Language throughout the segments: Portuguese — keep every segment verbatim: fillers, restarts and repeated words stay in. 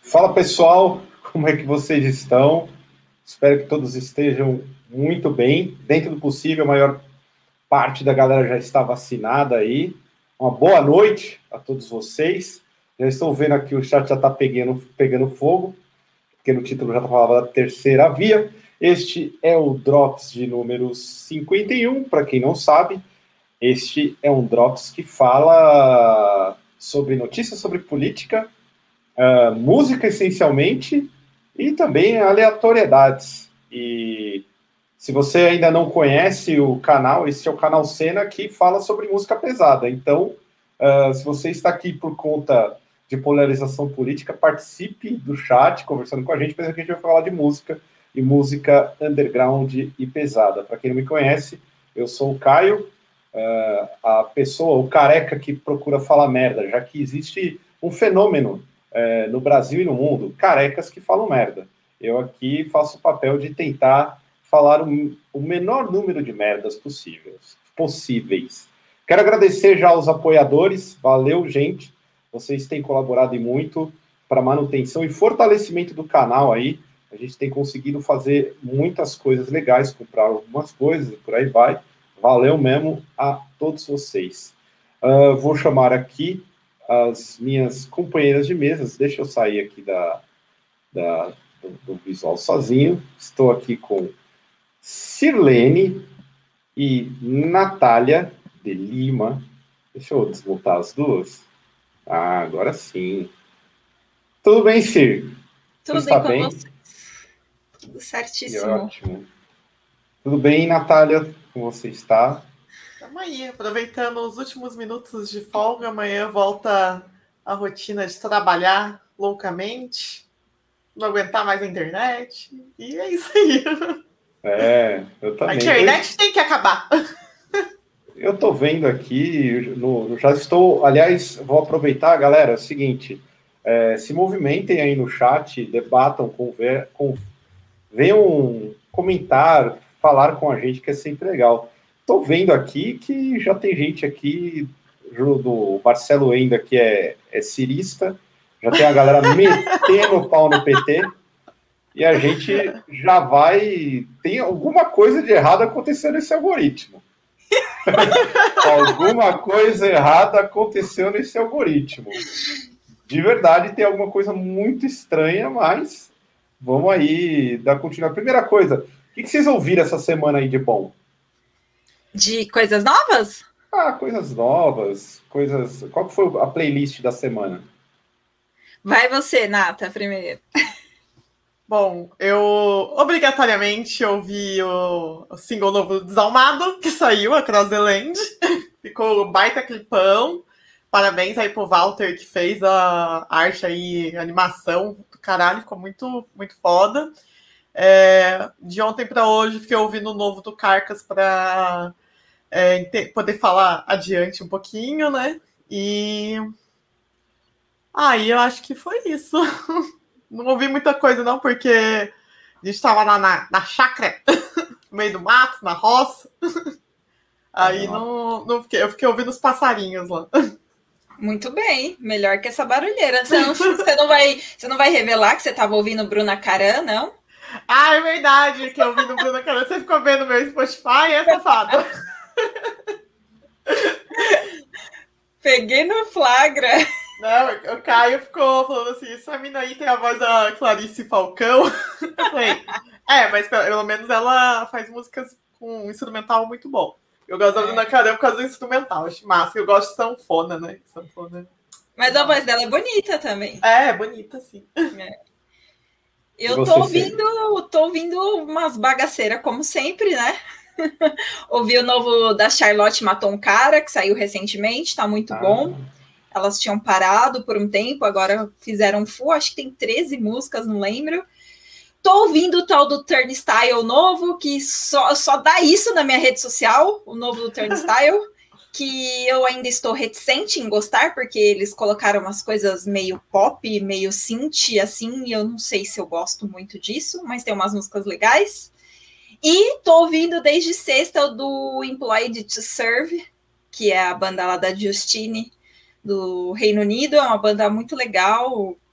Fala pessoal, como é que vocês estão? Espero que todos estejam muito bem. Dentro do possível, a maior parte da galera já está vacinada aí. Uma boa noite a todos vocês. Já estou vendo aqui o chat já está pegando, pegando fogo, porque no título já está falando da terceira via. Este é o Drops de número cinquenta e um, para quem não sabe. Este é um Drops que fala sobre notícias sobre política, Uh, música essencialmente e também aleatoriedades. E se você ainda não conhece o canal, esse é o canal Cena que fala sobre música pesada. Então, uh, se você está aqui por conta de polarização política, participe do chat conversando com a gente, porque a gente vai falar de música e música underground e pesada. Para quem não me conhece, eu sou o Caio, uh, a pessoa, o careca que procura falar merda, já que existe um fenômeno É, no Brasil e no mundo, carecas que falam merda. Eu aqui faço o papel de tentar falar o, o menor número de merdas possíveis, possíveis. Quero agradecer já aos apoiadores, valeu, gente. Vocês têm colaborado e muito para a manutenção e fortalecimento do canal aí. A gente tem conseguido fazer muitas coisas legais, comprar algumas coisas e por aí vai. Valeu mesmo a todos vocês. Uh, vou chamar aqui as minhas companheiras de mesas. Deixa eu sair aqui da, da, do, do visual sozinho. Estou aqui com Sirlene e Natália de Lima. Deixa eu desmontar as duas. Ah, agora sim. Tudo bem, Sir? Tudo bem com bem? Você? Tudo certíssimo. Que ótimo. Tudo bem, Natália? Como você está? Estamos aí, aproveitando os últimos minutos de folga. Amanhã volta a rotina de trabalhar loucamente, não aguentar mais a internet. E é isso aí. É, eu também. A internet eu... tem que acabar. Eu estou vendo aqui, no, já estou... Aliás, vou aproveitar, galera, é o seguinte, é, se movimentem aí no chat, debatam, conver, com, venham comentar, falar com a gente, que é sempre legal. Estou vendo aqui que já tem gente aqui, do Marcelo Enda, que é, é cirista, já tem a galera metendo o pau no P T, e a gente já vai... Tem alguma coisa de errado acontecendo nesse algoritmo. Alguma coisa errada aconteceu nesse algoritmo. De verdade, tem alguma coisa muito estranha, mas vamos aí dar continuidade. Primeira coisa, o que vocês ouviram essa semana aí de bom? De coisas novas? Ah, coisas novas, coisas... Qual que foi a playlist da semana? Vai você, Nata, primeiro. Bom, eu obrigatoriamente ouvi o, o single novo do Desalmado, que saiu, Across the Land. Ficou baita clipão. Parabéns aí pro Walter, que fez a arte aí, a animação do caralho, ficou muito, muito foda. É, de ontem para hoje, fiquei ouvindo o novo do Carcas para é, poder falar adiante um pouquinho, né? E aí ah, eu acho que foi isso. Não ouvi muita coisa, não, porque a gente estava lá na, na chácara, no meio do mato, na roça. Aí não, não fiquei, eu fiquei ouvindo os passarinhos lá. Muito bem, melhor que essa barulheira. Você não, você não, vai, você não vai revelar que você estava ouvindo Bruna Caran, não? Ah, é verdade, que eu ouvi no Bruna Caran. Você ficou vendo meu Spotify, é safado. Peguei no flagra. Não, o Caio ficou falando assim, essa mina aí tem a voz da Clarice Falcão. Eu falei, é, mas pelo menos ela faz músicas com um instrumental muito bom. Eu gosto é. da Bruna Caran por causa do instrumental, acho massa. Eu gosto de sanfona, né? Sanfona. Mas a voz dela é bonita também. É, é bonita, sim. É. Eu tô ouvindo, tô ouvindo umas bagaceiras, como sempre, né? Ouvi o novo da Charlotte Matou um Cara, que saiu recentemente, tá muito ah. bom. Elas tinham parado por um tempo, agora fizeram full, acho que tem treze músicas, não lembro. Tô ouvindo o tal do Turnstile novo, que só, só dá isso na minha rede social, o novo do Turnstile, que eu ainda estou reticente em gostar, porque eles colocaram umas coisas meio pop, meio synth, assim, e eu não sei se eu gosto muito disso, mas tem umas músicas legais. E tô ouvindo desde sexta o do Employed to Serve, que é a banda lá da Justine, do Reino Unido, é uma banda muito legal,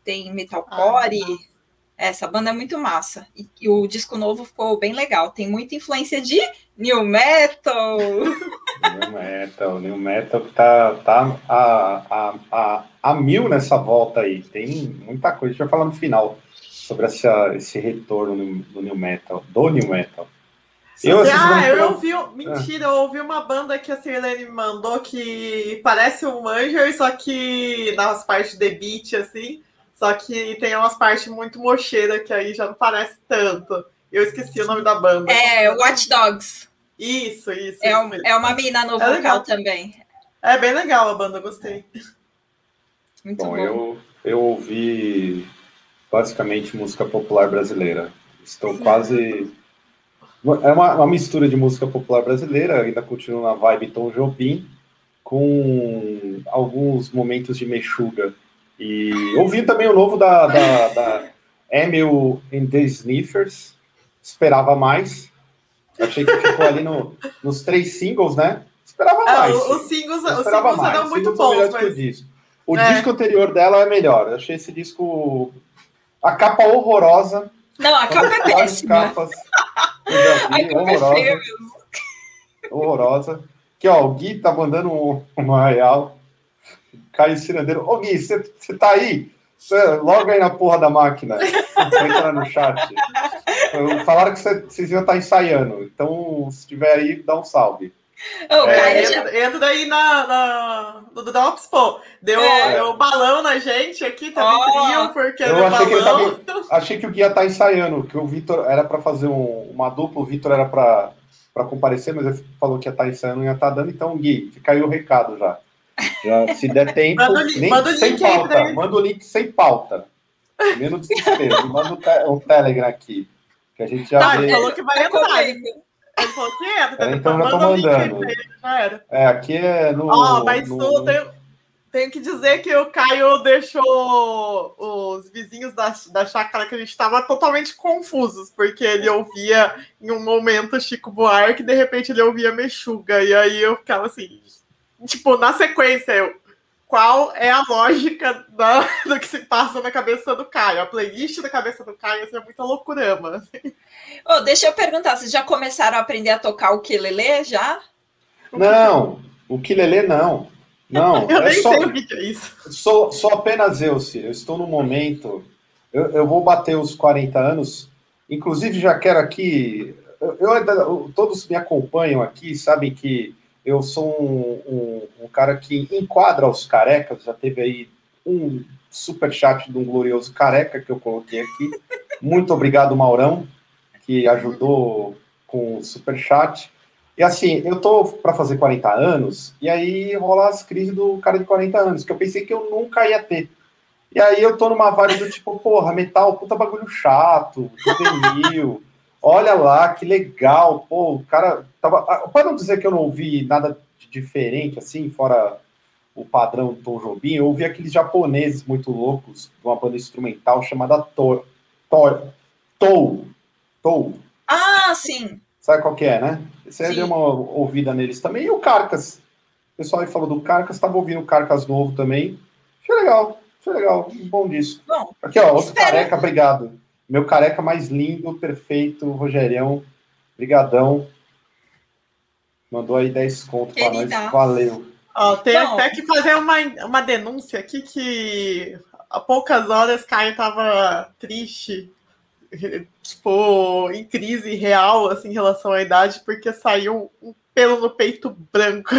tem metalcore. Ah, essa banda é muito massa. E, e o disco novo ficou bem legal. Tem muita influência de new metal. New metal, new metal que tá, tá a, a, a, a mil nessa volta aí. Tem muita coisa. A gente vai falar no final sobre essa, esse retorno do new metal, do new metal. Eu, ah, eu ouvi. Mentira, eu ouvi uma banda que a Sirlene me mandou que parece um Manger, só que nas partes de beat, assim, só que tem umas partes muito mocheiras que aí já não parece tanto. Eu esqueci o nome da banda. É, Watch Dogs. Isso, isso. É, isso um, é uma mina no é vocal legal. Também. É bem legal a banda, gostei. Muito bom. bom. Eu, eu ouvi basicamente música popular brasileira. Estou quase... É uma, uma mistura de música popular brasileira, ainda continua na vibe Tom Jobim, com alguns momentos de Mexuga. E ouvi também o novo da, da, da Emil and the Sniffers, esperava mais. Achei que ficou ali no, nos três singles, né? Esperava é, mais. Os singles, os esperava singles mais. eram muito singles bons. Mas... Que o disco, o é. disco anterior dela é melhor. Eu achei esse disco... A capa horrorosa. Não, a capa é péssima. Capas, eu já vi, horrorosa. Horrorosa. Aqui, ó, o Gui tá mandando um, uma real. Caio Cirandeiro. Ô, Gui, você tá aí? Cê, logo aí na porra da máquina. Pra entrar no chat. Falaram que vocês iam estar ensaiando. Então, se tiver aí, dá um salve. Oh, é, entra, entra aí na, na, no Drops, pô. Deu, é. deu balão na gente aqui, tá oh. trio, porque eu deu achei balão. Que ele tava, achei que o Gui ia estar ensaiando, que o Vitor era para fazer um, uma dupla, o Vitor era para comparecer, mas ele falou que ia estar ensaiando, não ia estar dando, então, Gui, fica aí o recado já. já se der tempo, manda, nem, manda sem pauta, aí, manda o link sem pauta. Menos desespero, manda um, te, um Telegram aqui, que a gente já tá, vê. Ele falou que vai entrar. Ele falou que entra, é, então já tô mandando. Já era. É, aqui é no... Ó, oh, mas no... tu tem... Tenho que dizer que o Caio deixou os vizinhos da, da chácara que a gente estava totalmente confusos, porque ele ouvia em um momento Chico Buarque e de repente ele ouvia Mexuga. E aí eu ficava assim, tipo, na sequência, eu, qual é a lógica da, do que se passa na cabeça do Caio? A playlist da cabeça do Caio assim, é muita loucurama. Assim. Oh, deixa eu perguntar, vocês já começaram a aprender a tocar o ukulele já? Não, o ukulele não. Não, eu é nem só, sei o que é isso. Sou, sou apenas eu, Ciro. Eu estou no momento. Eu, eu vou bater os quarenta anos. Inclusive, já quero aqui. Eu, eu, todos me acompanham aqui, sabem que eu sou um, um, um cara que enquadra os carecas. Já teve aí um superchat de um glorioso careca que eu coloquei aqui. Muito obrigado, Maurão, que ajudou com o superchat. E assim, eu tô para fazer quarenta anos, e aí rola as crises do cara de quarenta anos, que eu pensei que eu nunca ia ter. E aí eu tô numa vibe do tipo, porra, metal, puta bagulho chato, juvenil, olha lá, que legal, pô, o cara tava... Para não dizer que eu não ouvi nada de diferente, assim, fora o padrão do Tom Jobim, eu ouvi aqueles japoneses muito loucos, de uma banda instrumental chamada Tou. Tou. Tou. Ah, sim. Sabe qual que é, né? Você deu uma ouvida neles também. E o Carcas. O pessoal aí falou do Carcas, estava ouvindo o Carcas novo também. Achei legal, achei legal. Um bom disco. Bom, aqui, ó, outro espero... careca, obrigado. Meu careca mais lindo, perfeito, Rogerião. Brigadão. Mandou aí dez conto para nós. Valeu. Ó, tem Bom. até que fazer uma, uma denúncia aqui que há poucas horas Caio tava triste, tipo, em crise real, assim, em relação à idade, porque saiu um pelo no peito branco.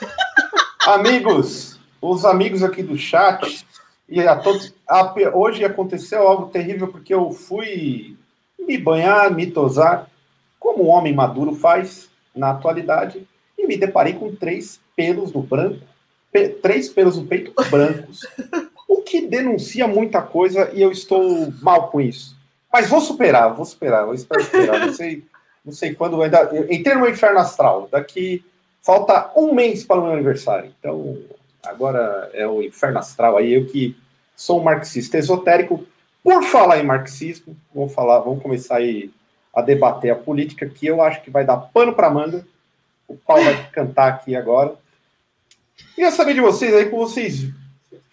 Amigos, os amigos aqui do chat, e a todos, a, hoje aconteceu algo terrível, porque eu fui me banhar, me tosar, como um homem maduro faz na atualidade, e me deparei com três pelos no branco, pe, três pelos no peito brancos, o que denuncia muita coisa, e eu estou mal com isso. Mas vou superar, vou superar, vou esperar. Não sei, não sei quando ainda. Eu entrei no inferno astral. Daqui falta um mês para o meu aniversário. Então, agora é o inferno astral. Aí eu que sou um marxista esotérico. Por falar em marxismo, vamos falar, vamos começar aí a debater a política, que eu acho que vai dar pano para manga. O pau vai cantar aqui agora. Queria saber de vocês aí, como vocês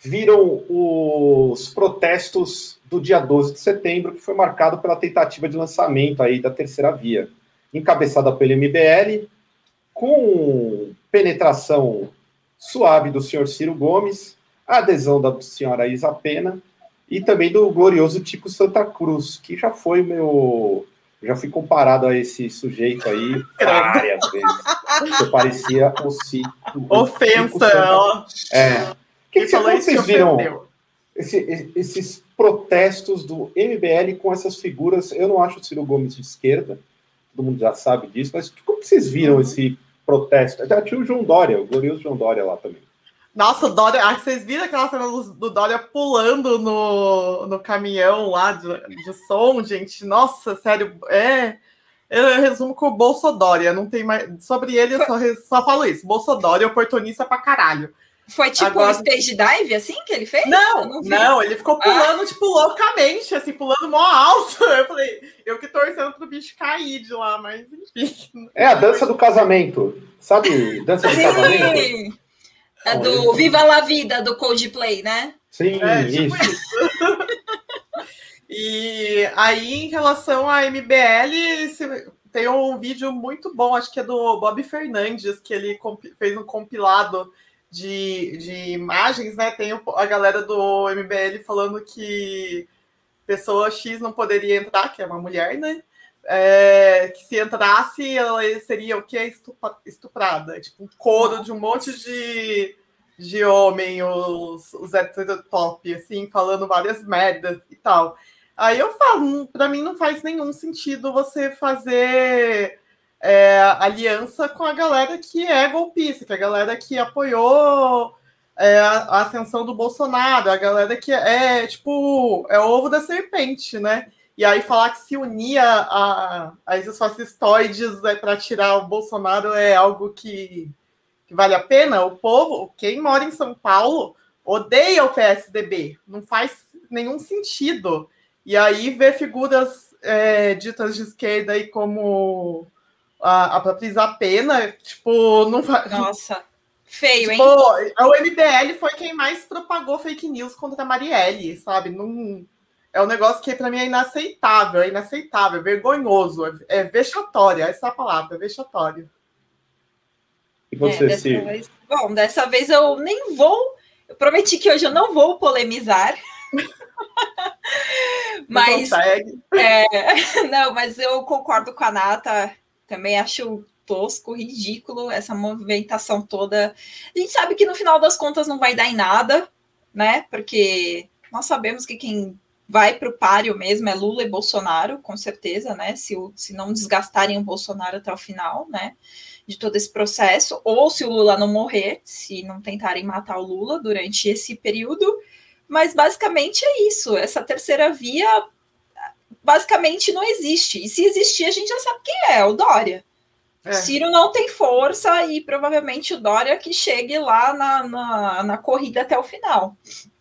viram os protestos do dia doze de setembro, que foi marcado pela tentativa de lançamento aí da terceira via, encabeçada pelo M B L, com penetração suave do senhor Ciro Gomes, a adesão da senhora Isa Pena e também do glorioso Tico Santa Cruz, que já foi o meu... Já fui comparado a esse sujeito aí várias vezes. Eu parecia o Cico. Ofensa, ó. É. O que, que vocês viram? Esse, esses protestos do M B L com essas figuras? Eu não acho o Ciro Gomes de esquerda, todo mundo já sabe disso, mas como que vocês viram esse protesto? Já tinha o João Dória, o glorioso João Dória lá também. Nossa, o Dória, ah, vocês viram aquela cena do, do Dória pulando no, no caminhão lá de, de som, gente? Nossa, sério, é... Eu resumo com o Bolsodória, não tem mais... Sobre ele, eu só, só falo isso. Bolsodória, oportunista pra caralho. Foi tipo Agora... um stage dive, assim, que ele fez? Não, não, não, ele ficou pulando, ah. tipo, loucamente, assim, pulando mó alto. Eu falei, eu que torcendo pro bicho cair de lá, mas enfim. É a dança do casamento, sabe? Dança do casamento. É do Viva la Vida, do Coldplay, né? Sim, é, tipo isso. isso. E aí, em relação à M B L, tem um vídeo muito bom, acho que é do Bob Fernandes, que ele fez um compilado de, de imagens, né? Tem a galera do M B L falando que pessoa X não poderia entrar, que é uma mulher, né? É, que se entrasse, ela seria o que? Estuprada. Tipo, um coro de um monte de, de homem, os, os heterotop, assim, falando várias merdas e tal. Aí eu falo, pra mim não faz nenhum sentido você fazer é, aliança com a galera que é golpista, que é a galera que apoiou é, a ascensão do Bolsonaro, a galera que é, tipo, é o ovo da serpente, né? E aí falar que se unir a, a, a esses fascistoides né, para tirar o Bolsonaro é algo que, que vale a pena? O povo, quem mora em São Paulo, odeia o P S D B. Não faz nenhum sentido. E aí ver figuras é, ditas de esquerda aí como a, a própria Isa Pena, tipo, não faz... Nossa, feio, tipo, hein? O M B L foi quem mais propagou fake news contra a Marielle, sabe? Não... É um negócio que, para mim, é inaceitável, é inaceitável, é vergonhoso, é, é vexatório, essa é a palavra, é vexatório. E você, é, dessa vez, Bom, dessa vez eu nem vou, eu prometi que hoje eu não vou polemizar. mas, é, não, mas eu concordo com a Nata, também acho tosco, ridículo, essa movimentação toda. A gente sabe que, no final das contas, não vai dar em nada, né, porque nós sabemos que quem... vai para o páreo mesmo, é Lula e Bolsonaro, com certeza, né? Se, o, se não desgastarem o Bolsonaro até o final, né? De todo esse processo, ou se o Lula não morrer, se não tentarem matar o Lula durante esse período. Mas basicamente é isso. Essa terceira via basicamente não existe. E se existir, a gente já sabe quem é, o Dória. É. Ciro não tem força e provavelmente o Dória que chegue lá na, na, na corrida até o final.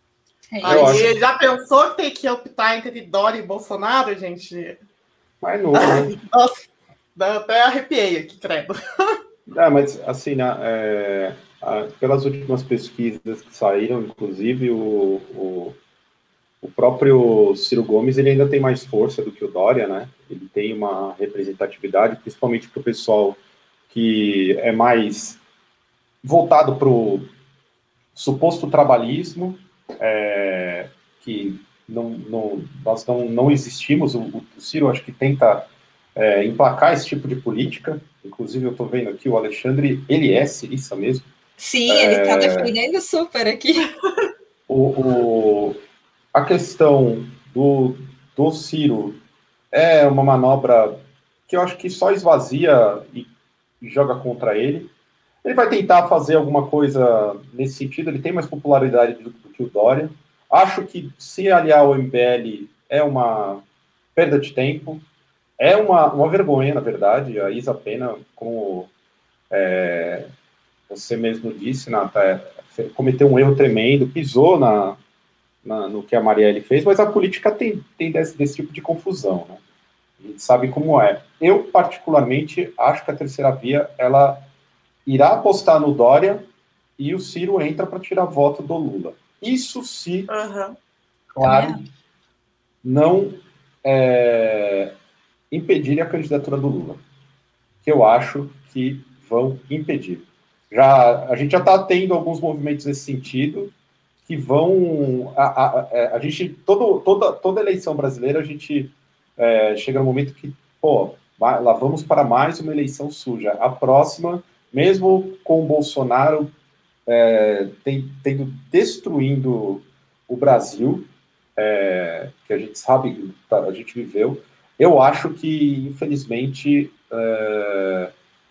Aí, já pensou que tem que optar entre Dória e Bolsonaro, gente? Mas não, né? Nossa, até arrepiei aqui, credo. É, mas assim, né, é, a, pelas últimas pesquisas que saíram, inclusive, o, o, o próprio Ciro Gomes, ele ainda tem mais força do que o Dória, né? Ele tem uma representatividade, principalmente para o pessoal que é mais voltado para o suposto trabalhismo, É, que não, não, nós não, não existimos. O, o Ciro acho que tenta é, emplacar esse tipo de política. Inclusive eu estou vendo aqui o Alexandre, ele é cirista mesmo. Sim, é, ele está defendendo super aqui. O, o, a questão do, do Ciro é uma manobra que eu acho que só esvazia e, e joga contra ele. Ele vai tentar fazer alguma coisa nesse sentido, ele tem mais popularidade do, do que o Dória. Acho que se aliar ao M B L é uma perda de tempo, é uma, uma vergonha, na verdade. A Isa Pena, como é, você mesmo disse, Nata, cometeu um erro tremendo, pisou na, na, no que a Marielle fez, mas a política tem, tem desse, desse tipo de confusão, né? A gente sabe como é. Eu, particularmente, acho que a terceira via, ela irá apostar no Dória e o Ciro entra para tirar voto do Lula. Isso se, uhum. claro, não é, impedir a candidatura do Lula, que eu acho que vão impedir. Já, a gente já está tendo alguns movimentos nesse sentido, que vão... A, a, a, a gente, todo, toda, toda eleição brasileira, a gente é, chega no momento que, pô, lá vamos para mais uma eleição suja. A próxima, mesmo com o Bolsonaro é, tem, tendo, destruindo o Brasil, é, que a gente sabe, a gente viveu, eu acho que, infelizmente, é,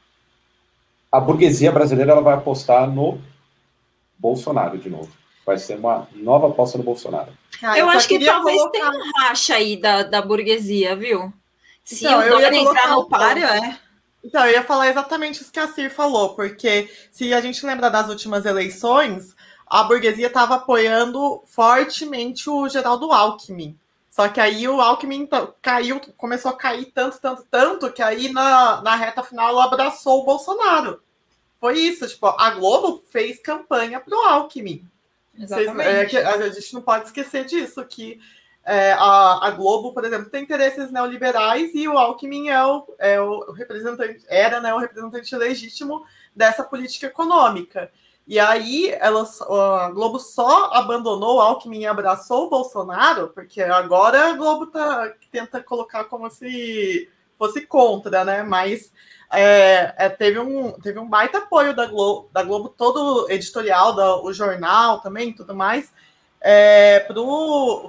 a burguesia brasileira ela vai apostar no Bolsonaro de novo. Vai ser uma nova aposta no Bolsonaro. Ah, eu, eu acho que talvez colocar... tenha um racha aí da, da burguesia, viu? Se então, o Dória entrar no páreo, é... Então, eu ia falar exatamente isso que a Cir falou, porque se a gente lembrar das últimas eleições, a burguesia estava apoiando fortemente o Geraldo Alckmin. Só que aí o Alckmin caiu, começou a cair tanto, tanto, tanto, que aí na, na reta final ela abraçou o Bolsonaro. Foi isso, tipo, a Globo fez campanha pro Alckmin. Exatamente. Vocês, é, a gente não pode esquecer disso, que é, a, a Globo, por exemplo, tem interesses neoliberais e o Alckmin é o, é o representante, era né, o representante legítimo dessa política econômica. E aí ela, a Globo só abandonou o Alckmin e abraçou o Bolsonaro, porque agora a Globo tá, tenta colocar como se fosse contra, né? Mas é, é, teve, um, teve um baita apoio da Globo, da Globo todo editorial, da, o jornal também, tudo mais, é, pro,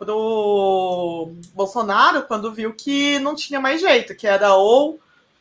pro Bolsonaro, quando viu que não tinha mais jeito, que era ou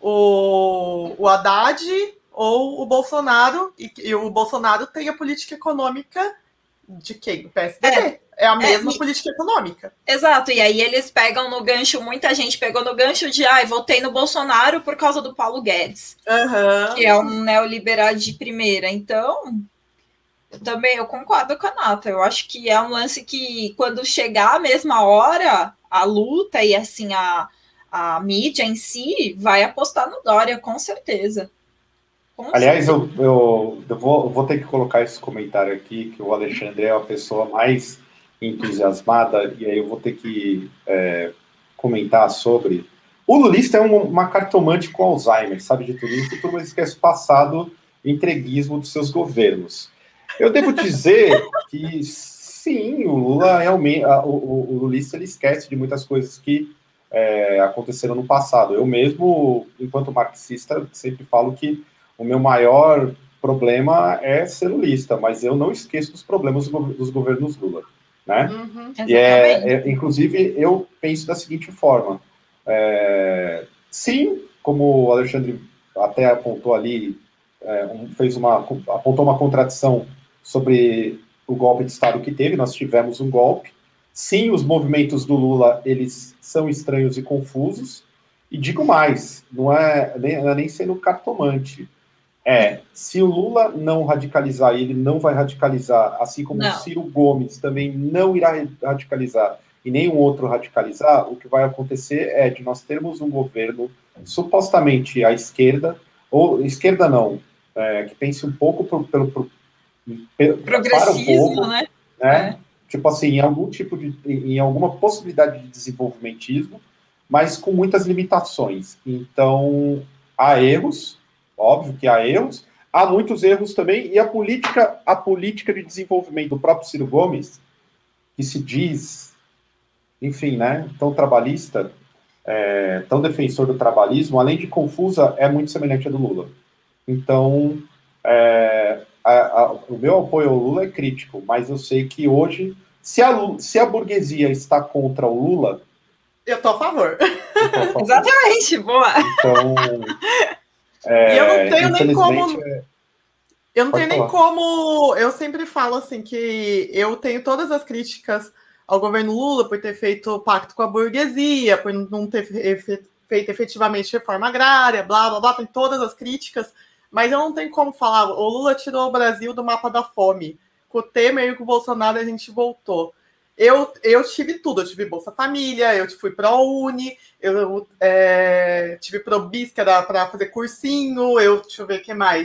o, o Haddad ou o Bolsonaro, e, e o Bolsonaro tem a política econômica de quem? Do P S D B. É, é a mesma é, e... política econômica. Exato, e aí eles pegam no gancho, muita gente pegou no gancho de, ai, ah, votei no Bolsonaro por causa do Paulo Guedes, uhum. que é um neoliberal de primeira. Então, eu também eu concordo com a Nata. Eu acho que é um lance que, quando chegar a mesma hora, a luta e, assim, a, a mídia em si vai apostar no Dória, com certeza. Aliás, eu, eu, eu, vou, eu vou ter que colocar esse comentário aqui, que o Alexandre é a pessoa mais entusiasmada, e aí eu vou ter que é, comentar sobre... O lulista é um, uma cartomante com Alzheimer, sabe de tudo no futuro, mas esquece o passado entreguismo dos seus governos. Eu devo dizer que, sim, o Lula realmente... A, o, o lulista, ele esquece de muitas coisas que é, aconteceram no passado. Eu mesmo, enquanto marxista, sempre falo que o meu maior problema é ser lulista, mas eu não esqueço dos problemas dos governos Lula, né? Uhum, e é, é, inclusive, eu penso da seguinte forma, é, sim, como o Alexandre até apontou ali, é, um, fez uma, apontou uma contradição sobre o golpe de Estado que teve, nós tivemos um golpe, sim, os movimentos do Lula, eles são estranhos e confusos, e digo mais, não é nem, não é nem sendo cartomante, É, se o Lula não radicalizar, ele não vai radicalizar, assim como não. o Ciro Gomes também não irá radicalizar, e nenhum outro radicalizar, o que vai acontecer é de nós termos um governo supostamente à esquerda, ou esquerda não, é, que pense um pouco pro, pelo, pro, pelo, para o povo, né? né? É. Tipo assim, em algum tipo de, em alguma possibilidade de desenvolvimentismo, mas com muitas limitações. Então, há erros, óbvio que há erros, há muitos erros também, e a política, a política de desenvolvimento do próprio Ciro Gomes, que se diz, enfim, né, tão trabalhista, é, tão defensor do trabalhismo, além de confusa, é muito semelhante à do Lula. Então, é, a, a, o meu apoio ao Lula é crítico, mas eu sei que hoje, se a, se a burguesia está contra o Lula... Eu tô a favor. Eu tô a favor. Exatamente, boa. Então... É, e eu não tenho nem como. É... Eu não Pode tenho falar. nem como. Eu sempre falo assim que eu tenho todas as críticas ao governo Lula por ter feito pacto com a burguesia, por não ter feito efetivamente reforma agrária, blá blá blá, tem todas as críticas, mas eu não tenho como falar. O Lula tirou o Brasil do mapa da fome. Com o Temer e com o Bolsonaro a gente voltou. Eu, eu tive tudo, eu tive Bolsa Família, eu fui para a Uni, eu é, tive ProBis, que era para fazer cursinho, eu, deixa eu ver o que mais.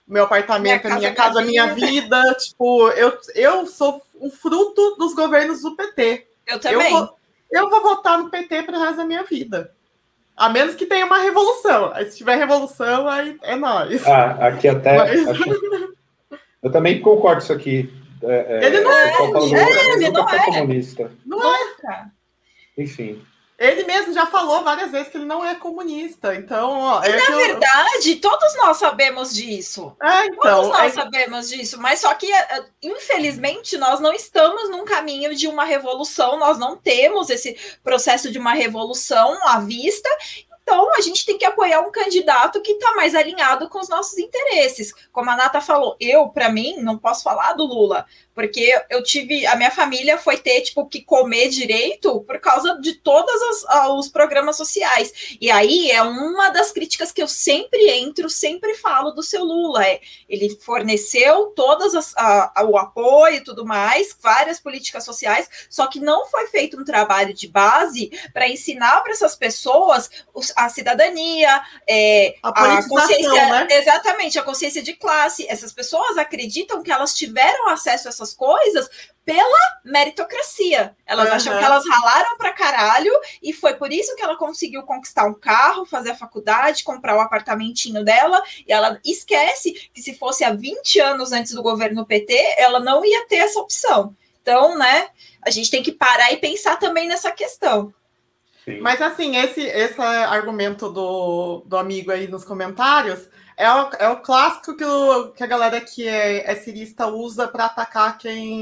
meu apartamento é minha casa, minha vida. Tipo, eu, eu sou um fruto dos governos do P T. Eu também. Eu vou, eu vou votar no P T pro resto da minha vida. A menos que tenha uma revolução. Aí, se tiver revolução, aí é nóis. Ah, aqui até... Mas... Acho... Eu também concordo com isso aqui. É, ele não é, falando, é ele não é é comunista. Não, não é, cara. Enfim. Ele mesmo já falou várias vezes que ele não é comunista. Então, ó, e é na eu... verdade, todos nós sabemos disso. É, então, todos nós é... sabemos disso. Mas só que, infelizmente, nós não estamos num caminho de uma revolução. Nós não temos esse processo de uma revolução à vista. Então, a gente tem que apoiar um candidato que está mais alinhado com os nossos interesses. Como a Nata falou, eu, para mim, não posso falar do Lula, porque eu tive, a minha família foi ter, tipo, que comer direito por causa de todos os, os programas sociais. E aí, é uma das críticas que eu sempre entro, sempre falo do seu Lula. É, ele forneceu todas as, a, a, o apoio e tudo mais, várias políticas sociais, só que não foi feito um trabalho de base para ensinar para essas pessoas os, a cidadania, é, a, a consciência, né? Exatamente, a consciência de classe. Essas pessoas acreditam que elas tiveram acesso a essas coisas pela meritocracia. Elas uhum. acham que elas ralaram pra caralho e foi por isso que ela conseguiu conquistar um carro, fazer a faculdade, comprar o apartamentinho dela, e ela esquece que se fosse há vinte anos antes do governo P T, ela não ia ter essa opção. Então, né, a gente tem que parar e pensar também nessa questão. Sim. Mas, assim, esse, esse argumento do, do amigo aí nos comentários é o, é o clássico que, o, que a galera que é, é cirista usa para atacar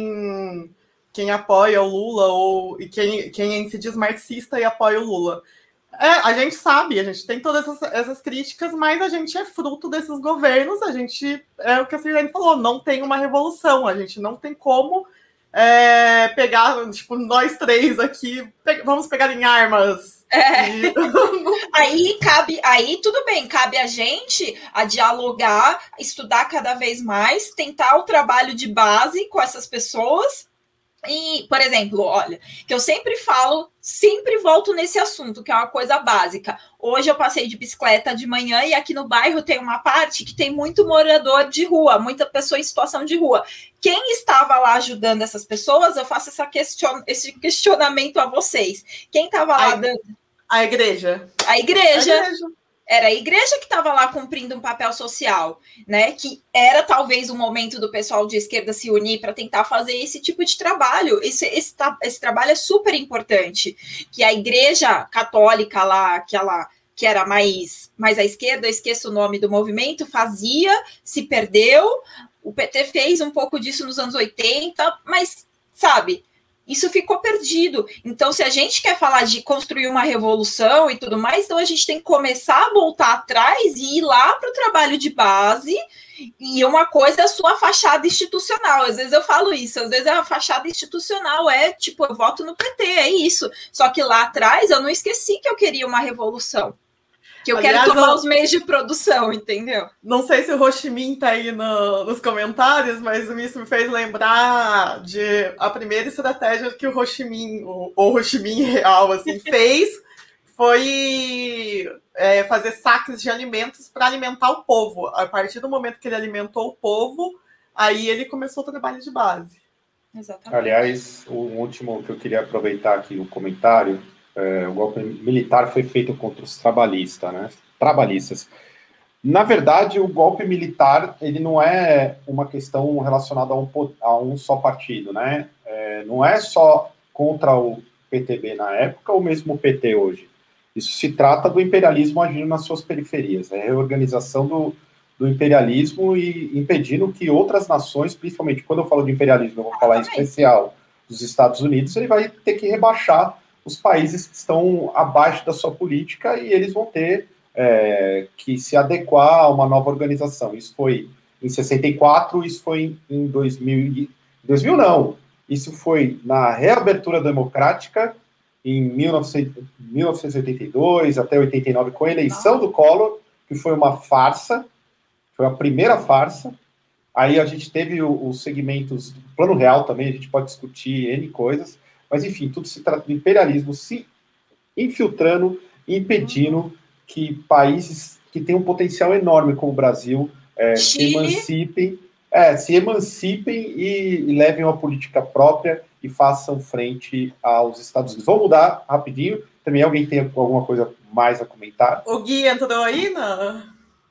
quem, quem apoia o Lula ou e quem, quem se diz marxista e apoia o Lula. É, a gente sabe, a gente tem todas essas, essas críticas, mas a gente é fruto desses governos, a gente, é o que a Sirlene falou, não tem uma revolução, a gente não tem como... É, pegar, tipo, nós três aqui, pe- vamos pegar em armas. É. E... aí cabe, aí tudo bem, cabe a gente a dialogar, estudar cada vez mais, tentar o trabalho de base com essas pessoas. E, por exemplo, olha, que eu sempre falo, sempre volto nesse assunto, que é uma coisa básica. Hoje eu passei de bicicleta de manhã e aqui no bairro tem uma parte que tem muito morador de rua, muita pessoa em situação de rua. Quem estava lá ajudando essas pessoas, eu faço essa question- esse questionamento a vocês. Quem estava lá a, dando... A igreja. A igreja. A igreja. Era a igreja que estava lá cumprindo um papel social, né? Que era talvez o momento do pessoal de esquerda se unir para tentar fazer esse tipo de trabalho. Esse, esse, esse trabalho é super importante. Que a igreja católica lá, que ela que era mais, mais à esquerda, eu esqueço o nome do movimento, fazia, se perdeu. O P T fez um pouco disso nos anos oitenta, mas, sabe... Isso ficou perdido. Então, se a gente quer falar de construir uma revolução e tudo mais, então a gente tem que começar a voltar atrás e ir lá para o trabalho de base. E uma coisa é a sua fachada institucional. Às vezes eu falo isso, às vezes a fachada institucional é tipo, eu voto no P T, é isso. Só que lá atrás eu não esqueci que eu queria uma revolução. Que eu Aliás, quero tomar eu... os meios de produção, entendeu? Não sei se o Ho Chi Minh tá aí no, nos comentários, mas isso me fez lembrar de a primeira estratégia que o Ho Chi Minh, o, o Ho Chi Minh real, assim, fez foi é, fazer saques de alimentos para alimentar o povo. A partir do momento que ele alimentou o povo, aí ele começou o trabalho de base. Exatamente. Aliás, o último que eu queria aproveitar aqui, o comentário, É, o golpe militar foi feito contra os trabalhistas, né? Trabalhistas. Na verdade, o golpe militar ele não é uma questão relacionada a um, a um só partido, né? É, não é só contra o P T B na época ou mesmo o P T hoje. Isso se trata do imperialismo agindo nas suas periferias, é a reorganização do, do imperialismo e impedindo que outras nações, principalmente quando eu falo de imperialismo, eu vou falar em especial dos Estados Unidos, ele vai ter que rebaixar os países que estão abaixo da sua política e eles vão ter é, que se adequar a uma nova organização. Isso foi em sessenta e quatro, isso foi em dois mil. dois mil não, isso foi na reabertura democrática em mil novecentos e oitenta e dois até oitenta e nove, com a eleição do Collor, que foi uma farsa, foi a primeira farsa. Aí a gente teve os segmentos do Plano Real também, a gente pode discutir N coisas. Mas, enfim, tudo se trata de imperialismo se infiltrando, impedindo que países que têm um potencial enorme, como o Brasil, é, se emancipem, é, se emancipem e, e levem uma política própria e façam frente aos Estados Unidos. Vamos mudar rapidinho. Também alguém tem alguma coisa mais a comentar? O Gui entrou aí, não?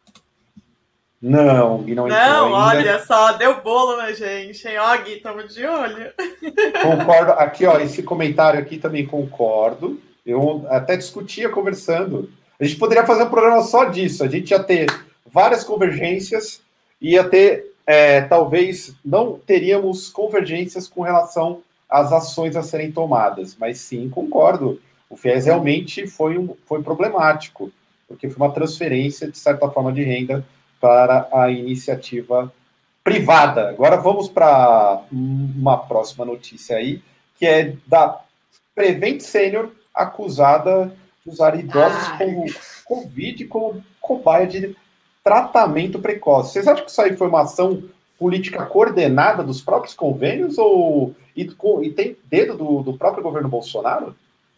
Não, o Gui não, não entrou ainda. Olha só, deu bolo na gente, hein? Ó, Gui, estamos de olho. Concordo. Aqui, ó, esse comentário aqui também concordo. Eu até discutia conversando. A gente poderia fazer um programa só disso. A gente ia ter várias convergências, ia ter, é, talvez, não teríamos convergências com relação às ações a serem tomadas. Mas sim, concordo. O FIES realmente foi, um, foi problemático, porque foi uma transferência, de certa forma, de renda para a iniciativa privada. Agora vamos para uma próxima notícia aí, que é da Prevent Senior, acusada de usar idosos com Covid como cobaia de tratamento precoce. Vocês acham que isso aí foi uma ação política coordenada dos próprios convênios ou e, e tem dedo do, do próprio governo Bolsonaro?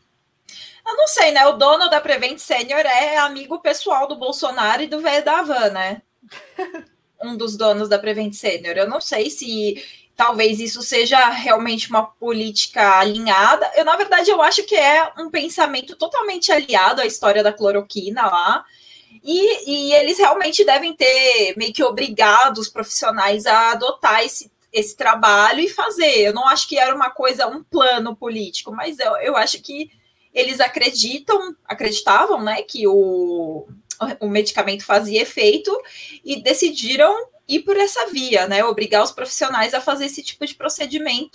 Eu não sei, né? O dono da Prevent Senior é amigo pessoal do Bolsonaro e do velho da Havan, né? Um dos donos da Prevent Senior. Eu não sei se talvez isso seja realmente uma política alinhada. Eu, na verdade, eu acho que é um pensamento totalmente aliado à história da cloroquina lá. E, e eles realmente devem ter meio que obrigado os profissionais a adotar esse, esse trabalho e fazer. Eu não acho que era uma coisa, um plano político, mas eu, eu acho que eles acreditam, acreditavam, né, que o, o medicamento fazia efeito e decidiram ir por essa via, né, obrigar os profissionais a fazer esse tipo de procedimento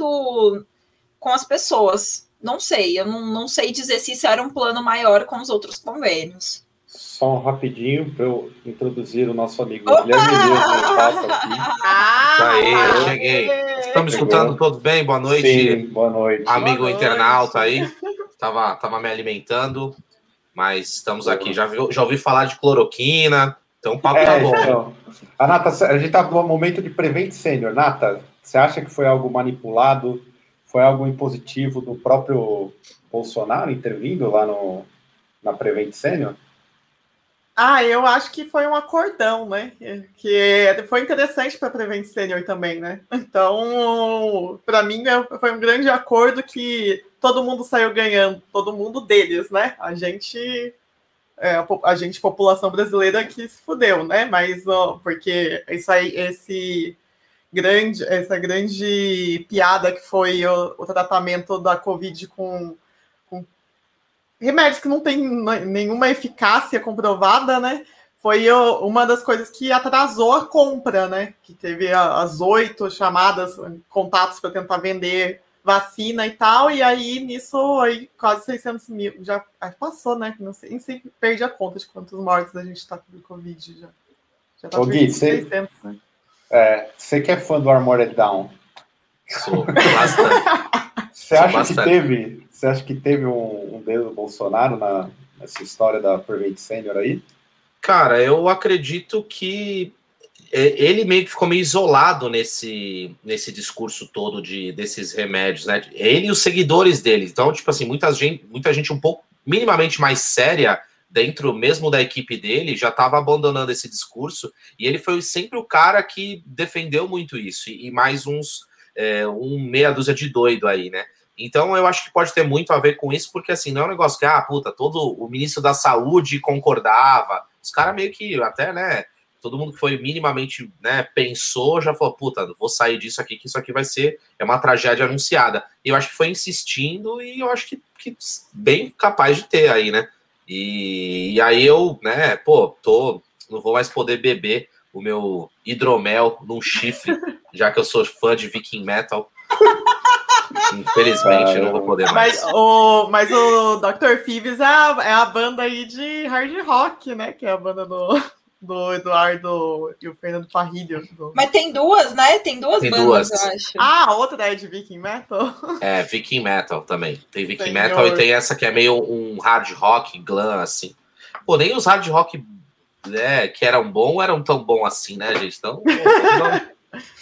com as pessoas. Não sei, eu não, não sei dizer se isso era um plano maior com os outros convênios. Só um rapidinho para eu introduzir o nosso amigo Guilherme Elias aqui. Ah, aí, eu cheguei. Estão me escutando todos bem? Boa noite. Sim, boa noite. Amigo boa noite. Internauta aí. Tava, tava me alimentando, mas estamos aqui. Já, vi, já ouvi falar de cloroquina, então o papo é, tá bom. Então, a Nata, a gente tá no momento de Prevent Senior. Nata, você acha que foi algo manipulado? Foi algo impositivo do próprio Bolsonaro intervindo lá no, na Prevent Senior? Ah, eu acho que foi um acordão, né? Que foi interessante para a Prevent Senior também, né? Então, para mim, foi um grande acordo que todo mundo saiu ganhando, todo mundo deles, né? A gente, é, a gente, população brasileira, que se fudeu, né? Mas, ó, porque isso aí, esse grande, essa grande piada que foi o, o tratamento da Covid com remédios que não tem nenhuma eficácia comprovada, né? Foi uma das coisas que atrasou a compra, né? Que teve as oito chamadas, contatos para tentar vender vacina e tal, e aí nisso aí quase seiscentos mil, já passou, né? Não sei, nem sei, perdi a conta de quantos mortos a gente está com o Covid já. Já tá Ô, Gui, seiscentos, né? É, você que é fã do Armored Down? Sou bastante. Você acha que teve, você acha que teve um, um dedo do Bolsonaro na, nessa história da Prevent Senior aí? Cara, eu acredito que ele meio que ficou meio isolado nesse, nesse discurso todo de, desses remédios, né? Ele e os seguidores dele. Então, tipo assim, muita gente, muita gente um pouco minimamente mais séria dentro mesmo da equipe dele já estava abandonando esse discurso, e ele foi sempre o cara que defendeu muito isso, e, e mais uns é, um meia dúzia de doido aí, né? Então eu acho que pode ter muito a ver com isso, porque assim, não é um negócio que, ah, puta, todo o ministro da saúde concordava, os caras meio que até, né, todo mundo que foi minimamente, né, pensou, já falou, puta, vou sair disso aqui, que isso aqui vai ser, é uma tragédia anunciada. E eu acho que foi insistindo, e eu acho que, que bem capaz de ter aí, né? E, e aí eu, né, pô, tô, não vou mais poder beber o meu hidromel num chifre, já que eu sou fã de Viking Metal. Infelizmente, eu não vou poder mais. Mas o, mas o doutor Phoebs é a, é a banda aí de hard rock, né? Que é a banda do, do Eduardo e o Fernando Parrilho. Do... Mas tem duas, né? Tem duas tem bandas, duas. eu acho. Ah, a outra é de Viking Metal? É, Viking Metal também. Tem Viking Senhor. Metal e tem essa que é meio um hard rock glam, assim. Pô, nem os hard rock né, que eram bons eram tão bons assim, né, gente? Então, não...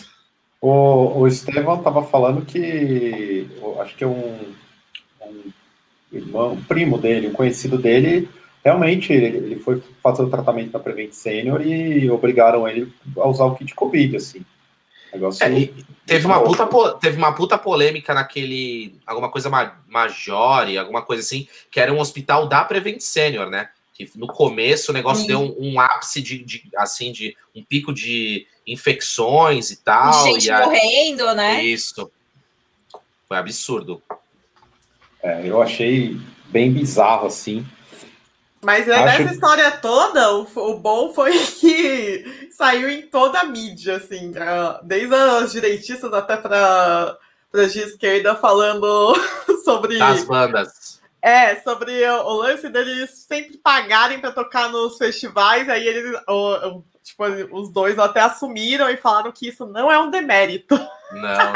O, o Estevão estava falando que, acho que é um, um irmão, um primo dele, um conhecido dele, realmente ele foi fazer o tratamento da Prevent Senior e obrigaram ele a usar o kit Covid, assim. Negócio é, teve, uma puta, teve uma puta polêmica naquele, alguma coisa Majore, alguma coisa assim, que era um hospital da Prevent Senior, né? Que no começo o negócio Sim. deu um, um ápice de, de, assim, de um pico de infecções e tal. Gente e a... morrendo, né? Isso. Foi absurdo. É, eu achei bem bizarro, assim. Mas Acho... nessa história toda, o, o bom foi que saiu em toda a mídia, assim, desde os direitistas até para a de esquerda falando sobre... Das bandas. É, sobre o, o lance deles sempre pagarem para tocar nos festivais, aí eles, o, o, tipo, os dois até assumiram e falaram que isso não é um demérito. Não.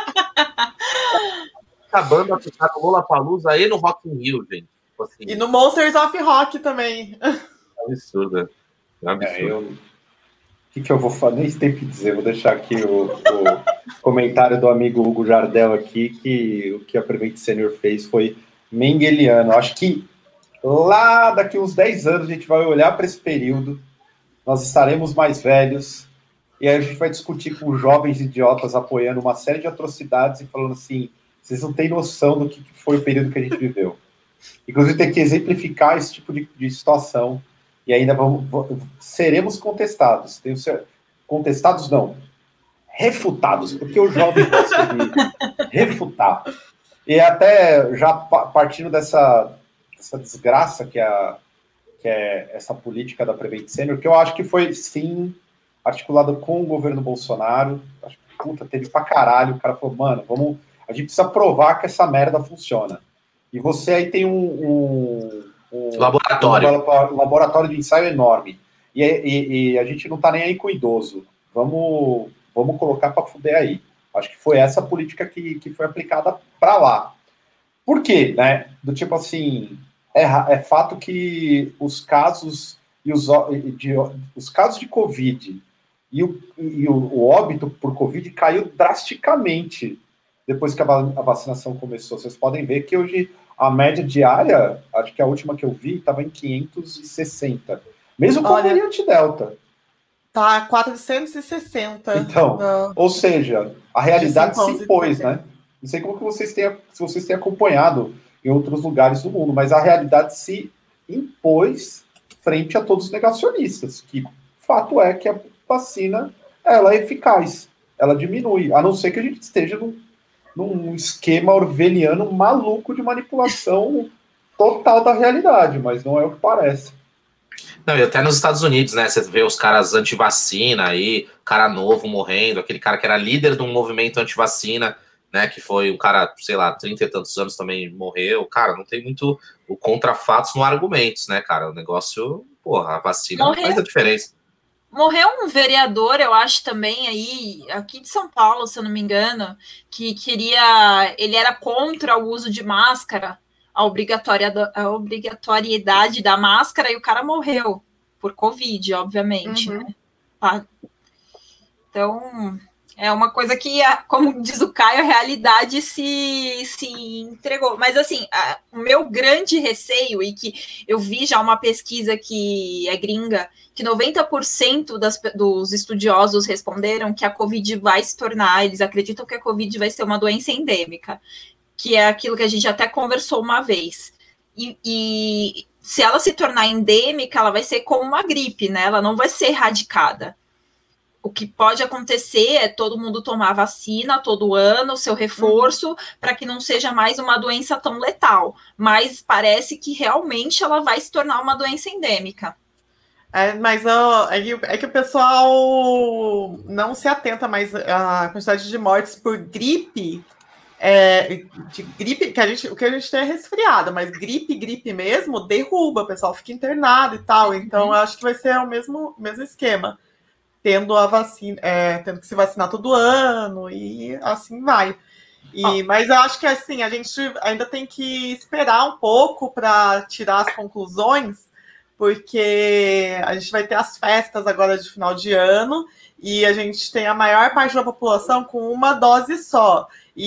A banda tocar no Lollapalooza e no Rock in Rio, gente. Assim, e no Monsters of Rock também. Absurdo. É absurdo. É, eu... O que, que eu vou falar? Nem tem que dizer. Vou deixar aqui o, o comentário do amigo Hugo Jardel aqui, que o que a Prevent Senior fez foi mengeliano. Acho que lá daqui uns dez anos a gente vai olhar para esse período, nós estaremos mais velhos, e aí a gente vai discutir com jovens idiotas apoiando uma série de atrocidades e falando assim, vocês não têm noção do que foi o período que a gente viveu. Inclusive, tem que exemplificar esse tipo de, de situação. E ainda vamos, vamos, seremos contestados. Tenho ser, contestados, não. Refutados, porque o jovem gosta de refutar. E até já partindo dessa, dessa desgraça que é, a, que é essa política da Prevent Senior, que eu acho que foi, sim, articulada com o governo Bolsonaro. Acho que, puta, teve pra caralho. O cara falou, mano, vamos, a gente precisa provar que essa merda funciona. E você aí tem um, um, um, laboratório. um laboratório de ensaio enorme. E, e, e a gente não está nem aí com o idoso. Vamos, vamos colocar para fuder aí. Acho que foi essa política que, que foi aplicada para lá. Por quê? Né? Do tipo assim, é, é fato que os casos, e os, de, os casos de Covid e, o, e o, o óbito por Covid caiu drasticamente depois que a, a vacinação começou. Vocês podem ver que hoje a média diária, acho que a última que eu vi, estava em quinhentos e sessenta. Mesmo com a variante Delta. Tá quatrocentos e sessenta. Então, no... ou seja, a realidade se impôs, né? Não sei como que vocês têm, se vocês têm acompanhado em outros lugares do mundo, mas a realidade se impôs frente a todos os negacionistas, que fato é que a vacina ela é eficaz, ela diminui, a não ser que a gente esteja num num esquema orwelliano maluco de manipulação total da realidade, mas não é o que parece. Não, e até nos Estados Unidos, né, você vê os caras anti-vacina aí, cara novo morrendo, aquele cara que era líder de um movimento anti-vacina, né, que foi um cara, sei lá, trinta e tantos anos também morreu, cara, não tem muito o contra-fatos no argumentos, né, cara, o negócio, porra, a vacina não faz a diferença. Morreu um vereador, eu acho também aí, aqui de São Paulo, se eu não me engano, que queria, ele era contra o uso de máscara, a, obrigatória, a obrigatoriedade da máscara, e o cara morreu por Covid, obviamente, uhum. né? Então, é uma coisa que, como diz o Caio, a realidade se, se entregou. Mas, assim, a, o meu grande receio, e que eu vi já uma pesquisa que é gringa, que noventa por cento das, dos estudiosos responderam que a Covid vai se tornar, eles acreditam que a Covid vai ser uma doença endêmica, que é aquilo que a gente até conversou uma vez. E, e se ela se tornar endêmica, ela vai ser como uma gripe, né? Ela não vai ser erradicada. O que pode acontecer é todo mundo tomar vacina todo ano, o seu reforço, uhum. para que não seja mais uma doença tão letal. Mas parece que realmente ela vai se tornar uma doença endêmica. É, mas ó, é, que, é que o pessoal não se atenta mais à quantidade de mortes por gripe. É, de gripe, que a gente, o que a gente tem é resfriado, mas gripe, gripe mesmo, derruba, o pessoal fica internado e tal. Então, uhum. eu acho que vai ser o mesmo, mesmo esquema. Tendo a vacina, é, tendo que se vacinar todo ano e assim vai. E, oh. Mas eu acho que assim, a gente ainda tem que esperar um pouco para tirar as conclusões, porque a gente vai ter as festas agora de final de ano e a gente tem a maior parte da população com uma dose só. E,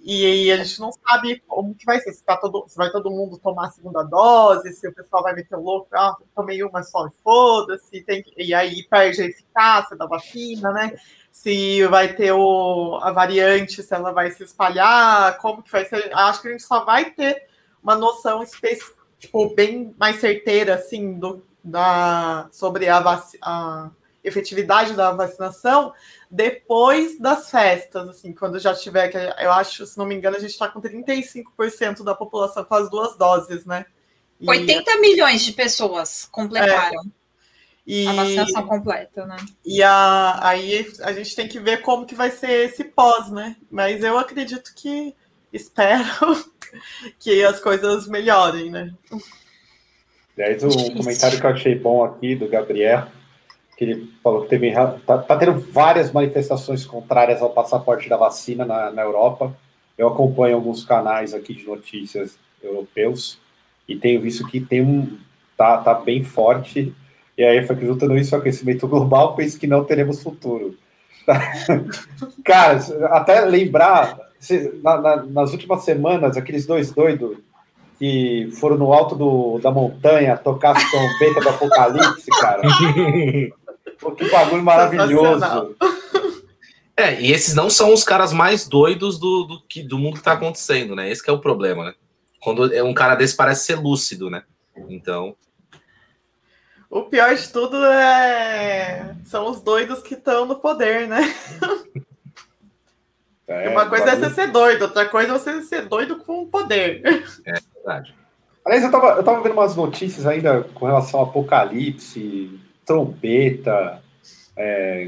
E aí a gente não sabe como que vai ser, se, tá todo, se vai todo mundo tomar a segunda dose, se o pessoal vai meter o louco, ah, tomei uma só e foda-se, tem que, e aí perde a eficácia da vacina, né? Se vai ter o, a variante, se ela vai se espalhar, como que vai ser. Acho que a gente só vai ter uma noção específica, tipo, bem mais certeira, assim, do, da, sobre a, vac, a efetividade da vacinação depois das festas, assim, quando já tiver, que eu acho, se não me engano, a gente está com trinta e cinco por cento da população com as duas doses, né? E, oitenta milhões de pessoas completaram é, e, a vacinação completa, né? E a, aí a gente tem que ver como que vai ser esse pós, né? Mas eu acredito que, espero que as coisas melhorem, né? Aliás, o comentário que eu achei bom aqui do Gabriel, que ele falou que teve, tá, tá tendo várias manifestações contrárias ao passaporte da vacina na, na Europa. Eu acompanho alguns canais aqui de notícias europeus e tenho visto que tem um, tá, tá bem forte. E aí, foi que juntando isso ao aquecimento global, penso que não teremos futuro. Cara, até lembrar, na, na, nas últimas semanas, aqueles dois doidos que foram no alto do, da montanha tocar as trombetas do apocalipse, cara. Pô, que bagulho maravilhoso. É, e esses não são os caras mais doidos do, do, que, do mundo que tá acontecendo, né? Esse que é o problema, né? Quando um cara desse parece ser lúcido, né? Então... O pior de tudo é... são os doidos que estão no poder, né? É, uma coisa bagulho... é você ser doido, outra coisa é você ser doido com poder. É verdade. Aliás, eu tava, eu tava vendo umas notícias ainda com relação ao apocalipse, trombeta, é,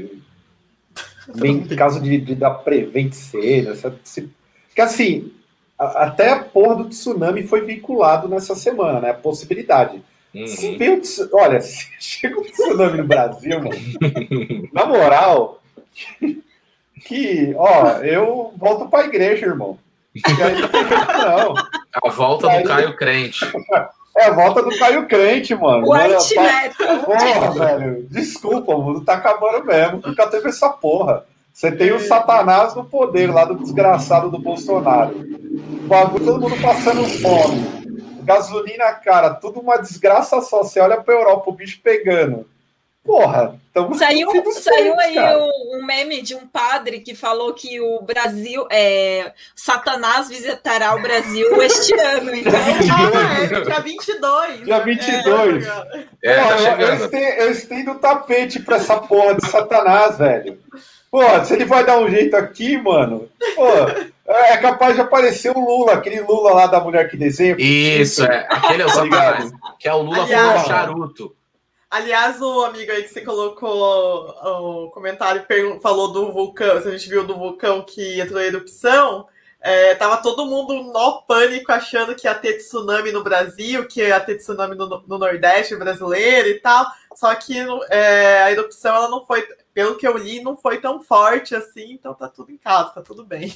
em caso de, de da Prevent Cena, que assim, a, até a porra do tsunami foi vinculado nessa semana, né? A possibilidade. Uhum. Se vem o, olha, se chega um tsunami no Brasil, mano, na moral, que, ó, eu volto pra igreja, irmão. Não. A volta aí, do Caio Crente. É a volta do Caio Crente, mano. White Metal. Porra, velho. Desculpa, o mundo tá acabando mesmo. Nunca teve essa porra. Você tem o Satanás no poder lá do desgraçado do Bolsonaro. O bagulho, todo mundo passando fome. Gasolina, cara, tudo uma desgraça só. Você olha pra Europa, o bicho pegando. Porra, saiu, saiu aí um, um meme de um padre que falou que o Brasil, é, Satanás visitará o Brasil este ano. Então, ah, é, dia vinte e dois. Dia vinte e dois. É, é, tá eu, eu, estendo, eu estendo o tapete pra essa porra de Satanás, velho. Pô, se ele vai dar um jeito aqui, mano, pô, é capaz de aparecer o Lula, aquele Lula lá da mulher que desenha. Isso, é. Aquele é o Satanás, que é o Lula com o charuto. Aliás, o amigo aí que você colocou o comentário falou do vulcão, se a gente viu do vulcão que entrou em erupção, é, tava todo mundo no pânico achando que ia ter tsunami no Brasil, que ia ter tsunami no, no Nordeste brasileiro e tal, só que é, a erupção, ela não foi, pelo que eu li, não foi tão forte assim, então tá tudo em casa, tá tudo bem.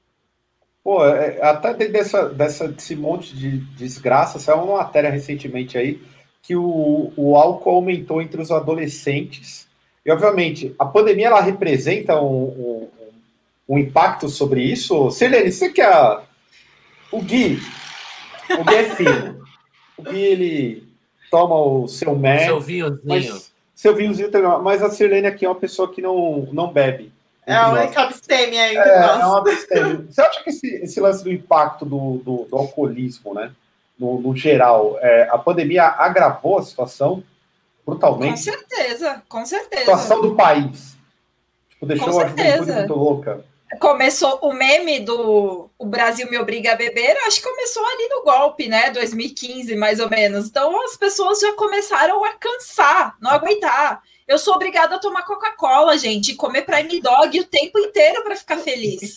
Pô, até dessa, dessa, desse monte de desgraça, saiu uma matéria recentemente aí, que o, o álcool aumentou entre os adolescentes. E, obviamente, a pandemia ela representa um, um, um impacto sobre isso. Silene, você que é... O Gui, o Gui é filho. O Gui, ele toma o seu mé. Seu vinhozinho. Mas, seu vinhozinho também. Mas a Silene aqui é uma pessoa que não, não bebe. É a única abstêmia aí. É, é uma abstêmia. Você acha que esse, esse lance do impacto do, do, do alcoolismo, né? No, no geral, é, a pandemia agravou a situação brutalmente? Com certeza, com certeza. A situação do país. Tipo, deixou a juventude muito louca. Começou o meme do O Brasil me obriga a beber, acho que começou ali no golpe, né? dois mil e quinze, mais ou menos. Então as pessoas já começaram a cansar, não aguentar. Eu sou obrigada a tomar Coca-Cola, gente, e comer Prime Dog o tempo inteiro para ficar feliz.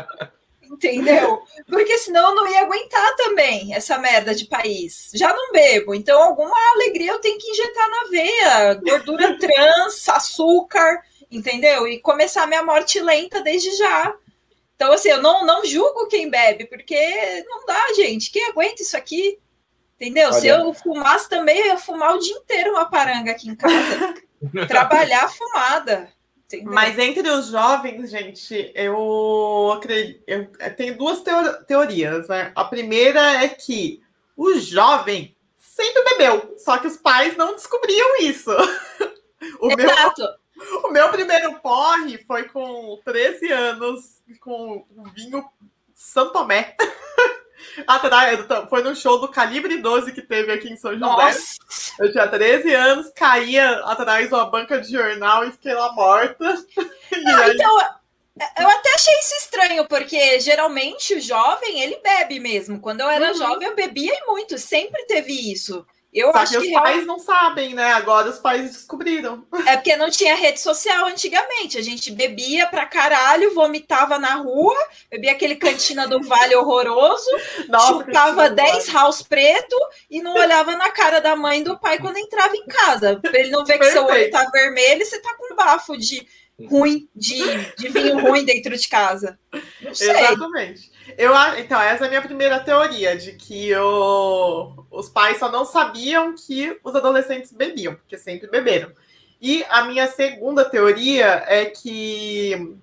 Entendeu? Porque senão eu não ia aguentar também essa merda de país. Já não bebo, então alguma alegria eu tenho que injetar na veia. Gordura trans, açúcar, entendeu? E começar a minha morte lenta desde já. Então, assim, eu não, não julgo quem bebe, porque não dá, gente. Quem aguenta isso aqui? Entendeu? Olha. Se eu fumasse também, eu ia fumar o dia inteiro uma paranga aqui em casa. Trabalhar fumada. entendeu? Mas entre os jovens, gente, eu acredito, eu tenho duas teorias, né? A primeira é que o jovem sempre bebeu, só que os pais não descobriam isso. O Exato. Meu, o meu primeiro porre foi com treze anos, com o vinho São Tomé. Atrás, foi no show do Calibre doze que teve aqui em São José. Nossa. Eu tinha treze anos, caía atrás de uma banca de jornal e fiquei lá morta. Não, aí... então, eu até achei isso estranho, porque geralmente o jovem, ele bebe mesmo. Quando eu era uhum. jovem, eu bebia e muito, sempre teve isso. Eu Só acho que, que os real... pais não sabem, né? Agora os pais descobriram. É porque não tinha rede social antigamente. A gente bebia pra caralho, vomitava na rua, bebia aquele cantina do Vale horroroso, Nossa, chupava dez house preto e não olhava na cara da mãe e do pai quando entrava em casa. Pra ele não ver que Perfeito. Seu olho tá vermelho e você tá com bafo de ruim, de, de vinho ruim dentro de casa. Não sei. Exatamente. Eu, então, essa é a minha primeira teoria, de que eu, os pais só não sabiam que os adolescentes bebiam, porque sempre beberam. E a minha segunda teoria é que,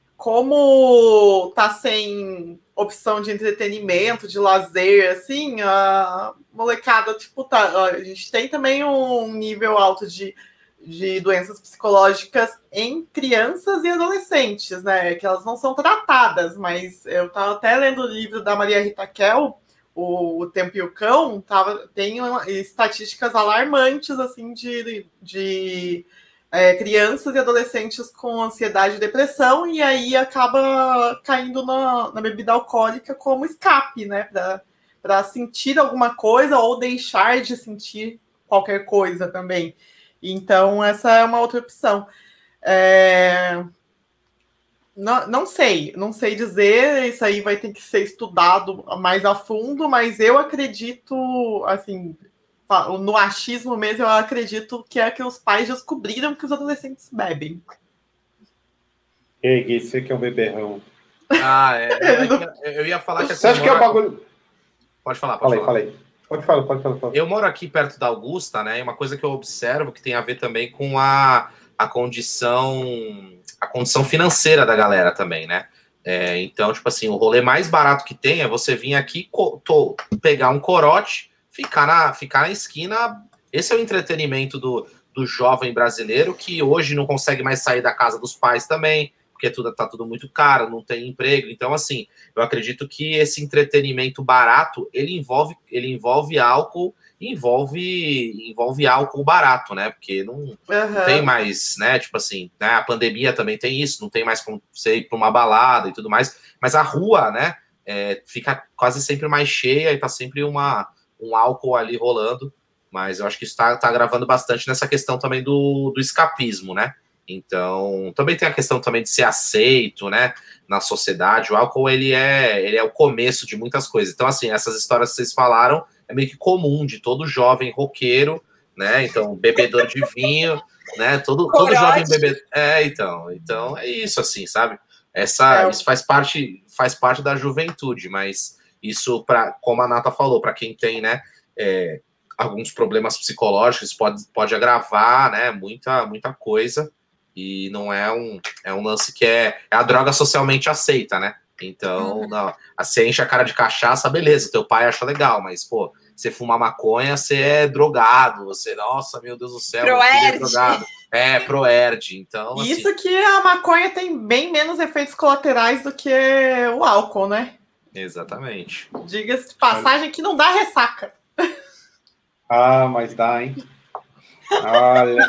como tá sem opção de entretenimento, de lazer, assim, a molecada, tipo, tá, a gente tem também um nível alto de de doenças psicológicas em crianças e adolescentes, né? Que elas não são tratadas, mas eu estava até lendo o livro da Maria Rita Kell, o, o Tempo e o Cão, tava, tem uma, estatísticas alarmantes, assim, de, de é, crianças e adolescentes com ansiedade e depressão, e aí acaba caindo na, na bebida alcoólica como escape, né? Para sentir alguma coisa ou deixar de sentir qualquer coisa também. Então, essa é uma outra opção. É... Não, não sei, não sei dizer, isso aí vai ter que ser estudado mais a fundo, mas eu acredito, assim, no achismo mesmo, eu acredito que é que os pais descobriram que os adolescentes bebem. Ei, Gui, você que é um beberrão. Ah, é. é eu ia falar que... Você acha que é o bagulho... Pode falar, pode falei, falar. Falei. Pode falar, pode falar, pode falar. Eu moro aqui perto da Augusta, né? E uma coisa que eu observo que tem a ver também com a, a condição a condição financeira da galera também, né? É, então, tipo assim, o rolê mais barato que tem é você vir aqui, tô, pegar um corote, ficar na, ficar na esquina. Esse é o entretenimento do, do jovem brasileiro que hoje não consegue mais sair da casa dos pais também, porque tudo, tá tudo muito caro, não tem emprego. Então, assim, eu acredito que esse entretenimento barato, ele envolve, ele envolve álcool, envolve, envolve álcool barato, né? Porque não, uhum. não tem mais, né? Tipo assim, né? A pandemia também tem isso, não tem mais como você ir para uma balada e tudo mais. Mas a rua, né? É, fica quase sempre mais cheia e tá sempre uma, um álcool ali rolando. Mas eu acho que isso tá, tá gravando bastante nessa questão também do, do escapismo, né? Então, também tem a questão também de ser aceito, né, na sociedade. O álcool, ele é, ele é o começo de muitas coisas. Então, assim, essas histórias que vocês falaram é meio que comum de todo jovem roqueiro, né, então, bebedor de vinho, né, todo, todo jovem bebedor... É, então, então, é isso, assim, sabe? Essa, é. Isso faz parte, faz parte da juventude, mas isso, pra, como a Nata falou, para quem tem, né, é, alguns problemas psicológicos, pode, pode agravar, né, muita, muita coisa. E não é um, é um lance que é, é a droga socialmente aceita, né? Então, uhum. não, você enche a cara de cachaça, beleza, teu pai acha legal, mas, pô, você fumar maconha, você é drogado, você, nossa, meu Deus do céu, Proerd. É drogado. É, Proerd, então, assim... Isso que a maconha tem bem menos efeitos colaterais do que o álcool, né? Exatamente. Diga-se de passagem que não dá ressaca. Ah, mas dá, hein? Olha,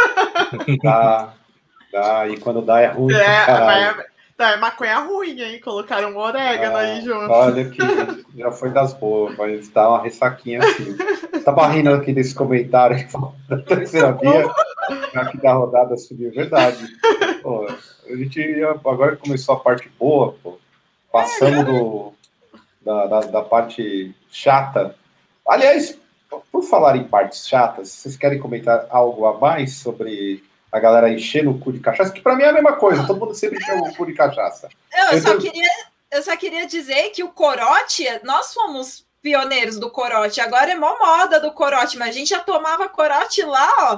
dá... Dá, e quando dá é ruim. É, mas é, é maconha ruim, hein? Colocaram um orégano ah, aí junto. Olha que já foi das boas, mas dá uma ressaquinha assim. Tava rindo aqui desse comentário da terceira via, aqui da rodada subiu, verdade. Pô, a gente agora começou a parte boa, pô. Passamos do, da, da, da parte chata. Aliás, por falar em partes chatas, vocês querem comentar algo a mais sobre a galera enchendo o cu de cachaça? Que pra mim é a mesma coisa, todo mundo sempre encheu o cu de cachaça. Eu, eu, só queria, eu só queria dizer que o corote, nós fomos pioneiros do corote, agora é mó moda do corote, mas a gente já tomava corote lá, ó,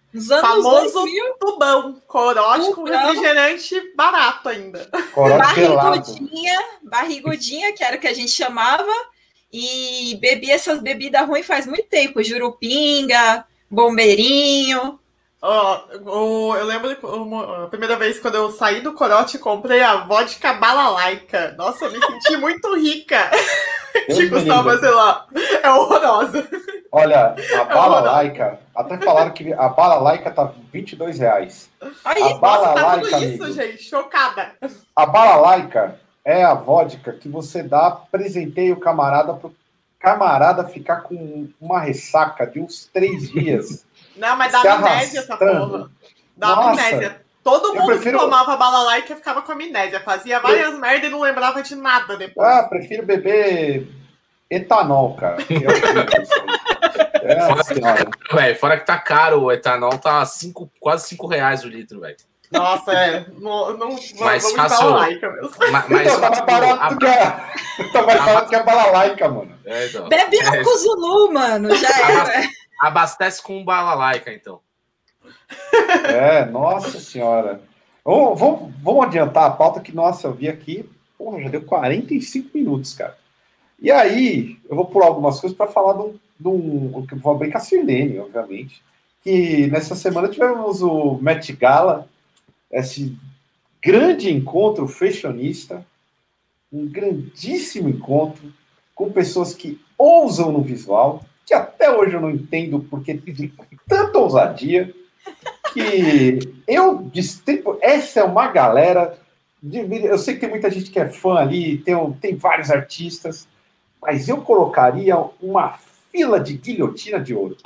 Nos anos famoso dois mil, tubão, corote com Tubão. refrigerante barato ainda. Corote gelado. barrigudinha, barrigudinha, que era o que a gente chamava, e bebi essas bebidas ruins faz muito tempo, jurupinga, bombeirinho. Ó, o- eu lembro que uma- a primeira vez quando eu saí do corote, comprei a vodka balalaica. Nossa, eu me senti muito rica. Deus Que me custava, livre. sei lá, é horrorosa. Olha, a bala horroroso. laica, até falaram que a bala laica tá vinte e dois reais. Aí, A bala Nossa, tá tudo laica, isso, amigo. gente, chocada. A bala laica é a vodka que você dá, presenteia o camarada pro camarada ficar com uma ressaca de uns três dias. Não, mas Se dá amnésia essa arrastando. porra. Dá Nossa. amnésia. Todo Eu mundo prefiro- que tomava balalaica ficava com amnésia. Fazia várias merdas e não lembrava de nada depois. Ah, prefiro beber etanol, cara. Eu acredito nisso aí. É, Fora, senhora. Véio, fora que tá caro, o etanol tá cinco, quase cinco reais o litro, velho. Nossa, é. Não, não, Mais vamos de fácil- balalaica mesmo. Ma- Mas, Então, tá mais barato do que a, tá mais barato que a bala laica, mano. É, então. bebe É, álcool Zulu, mano, já era. abastece com balalaica, então. É, nossa senhora. Vamos, vamos, vamos adiantar a pauta que, nossa, eu vi aqui, porra, já deu quarenta e cinco minutos, cara. E aí, eu vou pular algumas coisas para falar de um, de um. Que eu vou abrir com a Sirlene, obviamente. Que nessa semana tivemos o Met Gala, esse grande encontro fashionista, um grandíssimo encontro com pessoas que ousam no visual, que até hoje eu não entendo porque de tanta ousadia, que eu distribuo. Essa é uma galera. De, eu sei que tem muita gente que é fã ali, tem, um- tem vários artistas, mas eu colocaria uma fila de guilhotina de ouro.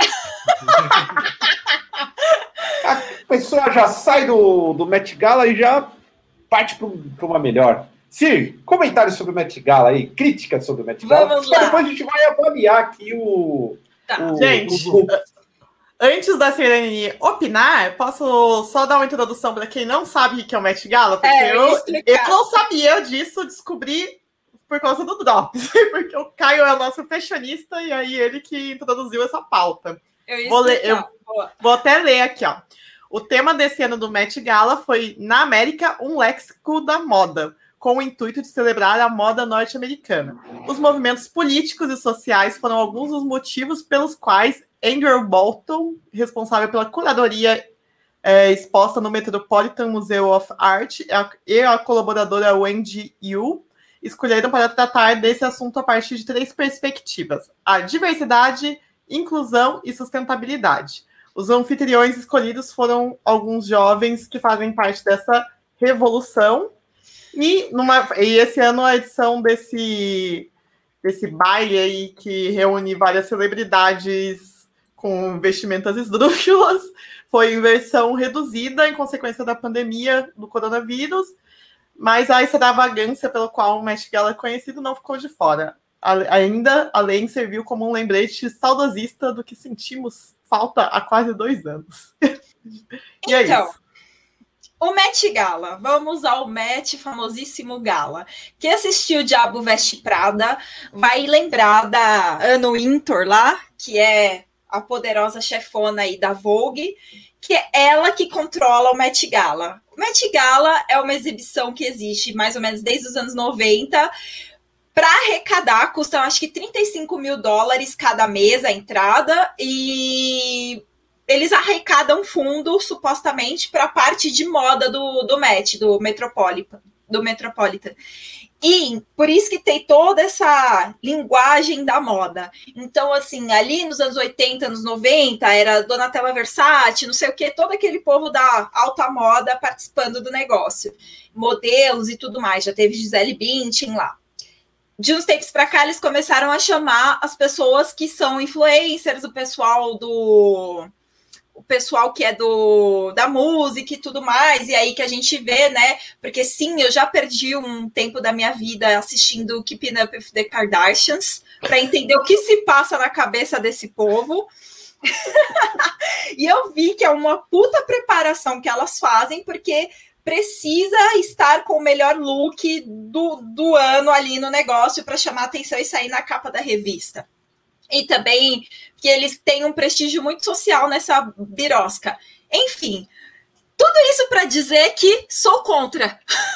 A pessoa já sai do, do Met Gala e já parte para uma melhor. Sir, comentários sobre o Met Gala aí, críticas sobre o Met Gala. Vamos Só lá. depois a gente vai avaliar aqui o. Tá. o Gente, o- Antes da Sirene opinar, posso só dar uma introdução para quem não sabe o que é o Met Gala? Porque É, eu ia eu, explicar. eu não sabia disso, descobri por causa do Drops. Porque o Caio é o nosso fashionista e aí ele que introduziu essa pauta. Eu ia Vou ler- explicar. Boa. Vou até ler aqui, ó. O tema desse ano do Met Gala foi, na América, um léxico da moda, com o intuito de celebrar a moda norte-americana. Os movimentos políticos e sociais foram alguns dos motivos pelos quais Andrew Bolton, responsável pela curadoria é, exposta no Metropolitan Museum of Art, e a, e a colaboradora Wendy Yu, escolheram para tratar desse assunto a partir de três perspectivas: a diversidade, inclusão e sustentabilidade. Os anfitriões escolhidos foram alguns jovens que fazem parte dessa revolução. E, numa, e esse ano a edição desse, desse baile aí que reúne várias celebridades com vestimentas esdrúxulas foi em versão reduzida em consequência da pandemia do coronavírus, mas a extravagância pelo qual o Met Gala é conhecido não ficou de fora. A, ainda, além, serviu como um lembrete saudosista do que sentimos falta há quase dois anos. E é Então, isso. o Met Gala, vamos ao Met, famosíssimo Gala. Quem assistiu Diabo Veste Prada vai lembrar da Anna Wintour lá, que é a poderosa chefona aí da Vogue, que é ela que controla o Met Gala. O Met Gala é uma exibição que existe mais ou menos desde os anos noventa. Para arrecadar, custa acho que trinta e cinco mil dólares cada mês a entrada, e eles arrecadam fundo, supostamente, para a parte de moda do, do Met, do Metropolitan, do Metropolitan. E por isso que tem toda essa linguagem da moda. Então, assim, ali nos anos oitenta, anos noventa, era Donatella Versace, não sei o quê, todo aquele povo da alta moda participando do negócio. Modelos e tudo mais. Já teve Gisele Bündchen lá. De uns tempos para cá, eles começaram a chamar as pessoas que são influencers, o pessoal do... o pessoal que é do, da música e tudo mais, e aí que a gente vê, né, porque sim, eu já perdi um tempo da minha vida assistindo Keeping Up with the Kardashians, para entender o que se passa na cabeça desse povo, e eu vi que é uma puta preparação que elas fazem, porque precisa estar com o melhor look do, do ano ali no negócio para chamar atenção e sair na capa da revista. e também que eles têm um prestígio muito social nessa birosca. Enfim, tudo isso para dizer que sou contra.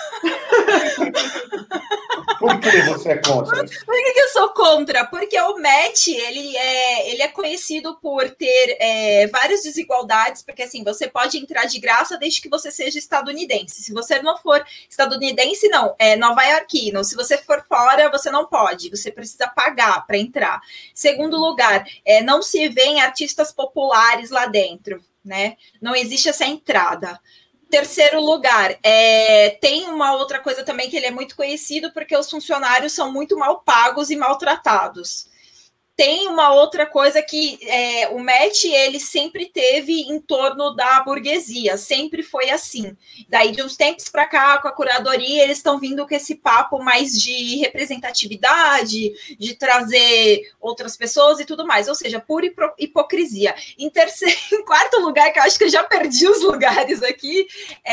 Por que você é contra? Por que, que eu sou contra? Porque o Matt, ele é, ele é conhecido por ter é, várias desigualdades, porque assim, você pode entrar de graça desde que você seja estadunidense. Se você não for estadunidense, não, é nova-iorquino. Se você for fora, você não pode, você precisa pagar para entrar. Segundo lugar, é, não se vêem artistas populares lá dentro, né? Não existe essa entrada. Terceiro lugar, é, tem uma outra coisa também que ele é muito conhecido porque os funcionários são muito mal pagos e maltratados. Tem uma outra coisa que é, o Matt, ele sempre teve em torno da burguesia, sempre foi assim. Daí, de uns tempos para cá, com a curadoria, eles estão vindo com esse papo mais de representatividade, de trazer outras pessoas e tudo mais, ou seja, pura hipocrisia. Em, terceiro, em quarto lugar, que eu acho que eu já perdi os lugares aqui,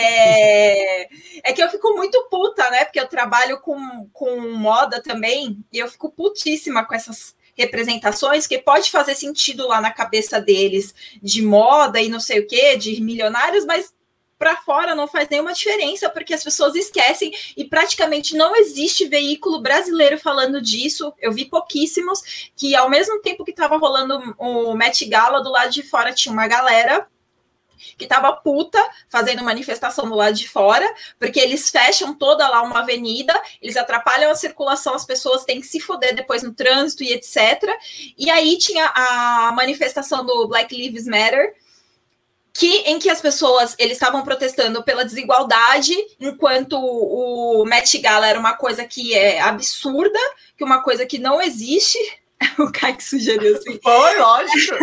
é, é que eu fico muito puta, né? Porque eu trabalho com, com moda também, e eu fico putíssima com essas representações, que pode fazer sentido lá na cabeça deles, de moda e não sei o que, de milionários, mas para fora não faz nenhuma diferença, porque as pessoas esquecem e praticamente não existe veículo brasileiro falando disso. Eu vi pouquíssimos, que ao mesmo tempo que estava rolando o Met Gala, do lado de fora tinha uma galera que estava puta fazendo manifestação do lado de fora, porque eles fecham toda lá uma avenida, eles atrapalham a circulação, as pessoas têm que se foder depois no trânsito e etcétera. E aí tinha a manifestação do Black Lives Matter, que, em que as pessoas eles estavam protestando pela desigualdade, enquanto o Met Gala era uma coisa que é absurda, que uma coisa que não existe. O Caio que sugeriu assim. Foi, lógico.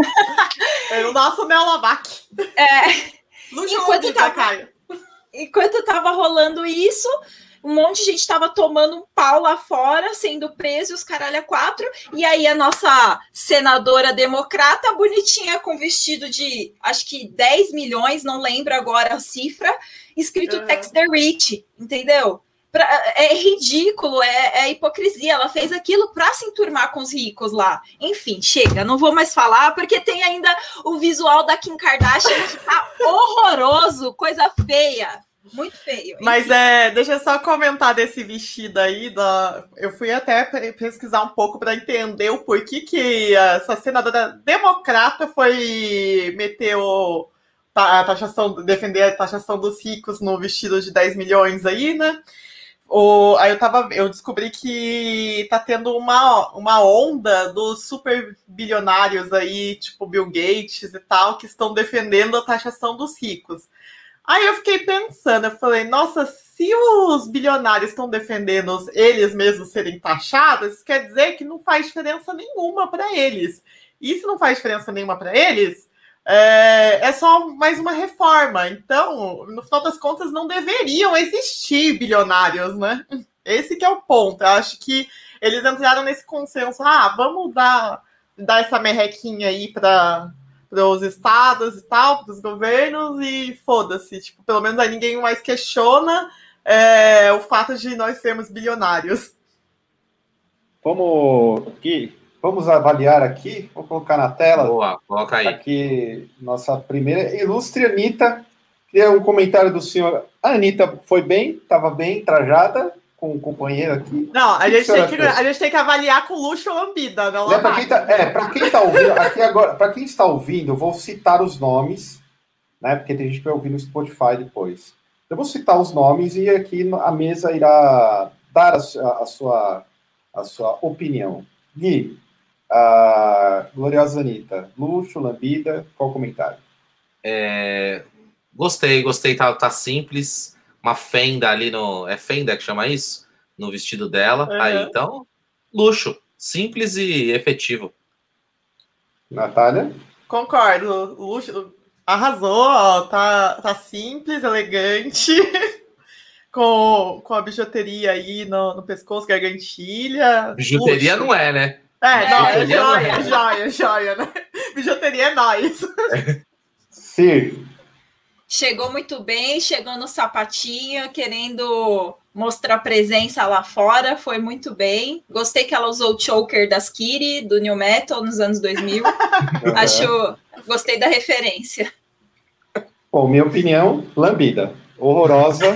É o nosso Neolavac. É. Luxo enquanto, tava, Caio. enquanto tava rolando isso, um monte de gente tava tomando um pau lá fora, sendo preso, os caralho a quatro, e aí a nossa senadora democrata, bonitinha, com vestido de, acho que dez milhões, não lembro agora a cifra, escrito uhum. Tax the Rich, entendeu? Pra, é ridículo, é, é hipocrisia. Ela fez aquilo para se enturmar com os ricos lá. Enfim, chega, não vou mais falar, porque tem ainda o visual da Kim Kardashian que tá horroroso, coisa feia, muito feio. Enfim. Mas é, deixa eu só comentar desse vestido aí. Da, eu fui até pesquisar um pouco para entender o porquê que essa senadora democrata foi meter o, a taxação, defender a taxação dos ricos no vestido de dez milhões aí, né? O, aí eu, tava, eu descobri que tá tendo uma, uma onda dos super bilionários aí, tipo Bill Gates e tal, que estão defendendo a taxação dos ricos. Aí eu fiquei pensando, eu falei, nossa, se os bilionários estão defendendo eles mesmos serem taxados, isso quer dizer que não faz diferença nenhuma para eles. E se não faz diferença nenhuma para eles, É, é só mais uma reforma. Então, no final das contas, não deveriam existir bilionários, né? Esse que é o ponto. Eu acho que eles entraram nesse consenso. Ah, vamos dar, dar essa merrequinha aí para os estados e tal, para os governos, e foda-se. Tipo, pelo menos aí ninguém mais questiona é, o fato de nós sermos bilionários. Vamos aqui. Vamos avaliar aqui, vou colocar na tela. Boa, coloca aí. Aqui, nossa primeira ilustre Anitta. Queria um comentário do senhor. A Anitta foi bem, estava bem trajada, com o companheiro aqui. Não, a, gente tem, que, a gente tem que avaliar com luxo ou lambida, não é, para quem, tá, é, quem está ouvindo, aqui agora, para quem está ouvindo, eu vou citar os nomes, né? Porque tem gente que vai ouvir no Spotify depois. Eu vou citar os nomes e aqui a mesa irá dar a, a, sua, a sua opinião. Gui. A gloriosa Anitta, luxo, lambida, qual o comentário? É, gostei, gostei, tá, tá simples, uma fenda ali no... É fenda que chama isso? No vestido dela, uhum. Aí, então, luxo, simples e efetivo. Natália? Concordo, luxo, arrasou, ó, tá, tá simples, elegante, com, com a bijuteria aí no, no pescoço, gargantilha. Bijuteria luxo. Não é, né? É, não, é joia, é joia, joia, né? Bijuteria é nóis. Sim. Chegou muito bem, chegou no sapatinho, querendo mostrar presença lá fora, foi muito bem. Gostei que ela usou o choker das Kiri, do New Metal, nos anos dois mil. Uhum. Acho, gostei da referência. Bom, minha opinião, lambida. Horrorosa.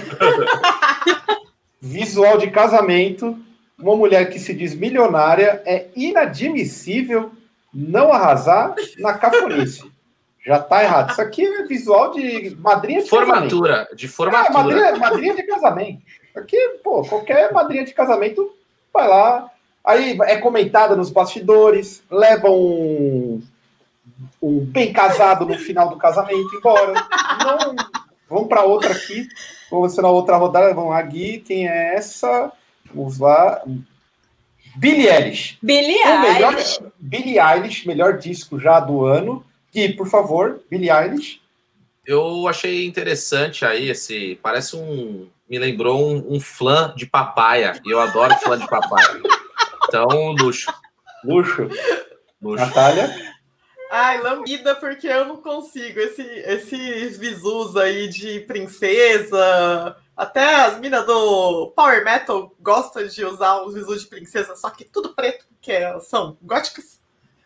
Visual de casamento. Uma mulher que se diz milionária, é inadmissível não arrasar na cafonice. Já tá errado. Isso aqui é visual de madrinha de formatura, casamento. De formatura. É, madrinha, madrinha de casamento. Aqui, pô, qualquer madrinha de casamento vai lá. Aí é comentada nos bastidores, leva um, um bem casado no final do casamento embora. Não, vamos para outra aqui. Vamos na outra rodada. Vamos lá, Gui. Quem é essa? Vamos lá. Billie Eilish. Billie Eilish. Billie Eilish, melhor disco já do ano. Gui, por favor, Billie Eilish. Eu achei interessante aí esse... Parece um... Me lembrou um, um flan de papaya. E eu adoro flan de papaya. Então, luxo. Luxo. Luxo. Natália? Ai, lambida, porque eu não consigo. Esse, esses visus aí de princesa... Até as minas do Power Metal gostam de usar os visus de princesa, só que tudo preto, porque elas são góticas.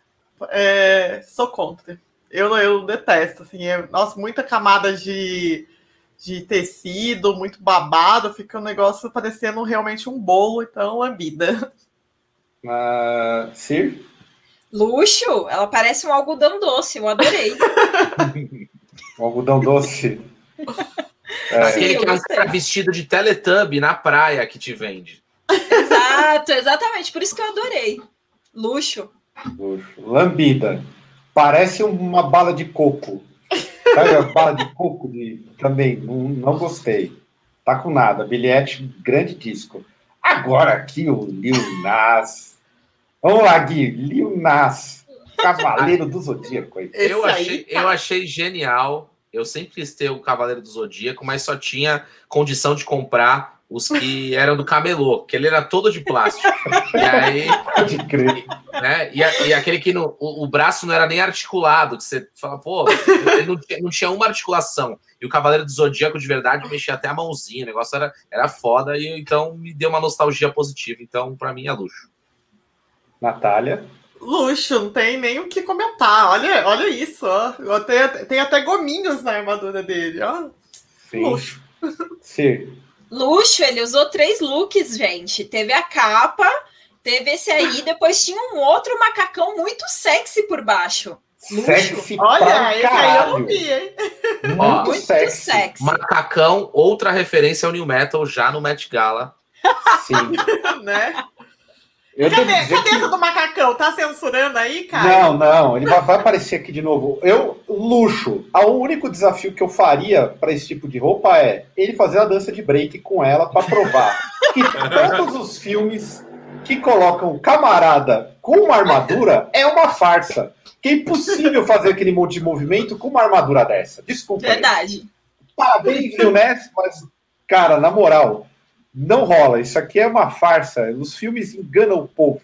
É, sou contra. Eu, eu detesto, assim, é, nossa, muita camada de, de tecido, muito babado, fica um negócio parecendo realmente um bolo, então lambida. Uh, Sir? Luxo, ela parece um algodão doce, eu adorei. Um algodão doce. É. Aquele que é um cara vestido de Teletubby na praia que te vende. Exato, exatamente, por isso que eu adorei. Luxo. Luxo. Lambida. Parece uma bala de coco. Sabe a bala de coco de... também? Não, não gostei. Tá com nada. Bilhete, grande disco. Agora aqui o Lil Nas. Vamos lá, Gui. Lil Nas. Cavaleiro do Zodíaco. Aí. Eu achei, eu achei genial. Eu sempre quis ter o Cavaleiro do Zodíaco, mas só tinha condição de comprar os que eram do camelô, que ele era todo de plástico. E aí... Pode crer. Né? E, a, e aquele que no, o, o braço não era nem articulado, que você fala, pô, ele não tinha, não tinha uma articulação. E o Cavaleiro do Zodíaco, de verdade, mexia até a mãozinha, o negócio era, era foda, e então me deu uma nostalgia positiva. Então, pra mim, é luxo. Natália? Luxo, não tem nem o que comentar. Olha, olha isso, ó. Tem, tem até gominhos na armadura dele, ó. Sim. Luxo. Sim. Luxo, ele usou três looks, gente. Teve a capa, teve esse aí, depois tinha um outro macacão muito sexy por baixo. Luxo. Sexy. Olha, esse aí eu não vi, hein? Muito, ó, muito sexy. sexy. Macacão, outra referência ao New Metal, já no Met Gala. Sim. Né? Eu Cadê, devo dizer cadê que... essa do macacão? Tá censurando aí, cara? Não, não, ele vai, vai aparecer aqui de novo. Eu, luxo. O único desafio que eu faria para esse tipo de roupa é ele fazer a dança de break com ela para provar que todos os filmes que colocam camarada com uma armadura é uma farsa. Que é impossível fazer aquele monte de movimento com uma armadura dessa. Desculpa. Verdade. Aí. Parabéns, viu, né? Mas, cara, na moral, não rola. Isso aqui é uma farsa. Os filmes enganam o povo.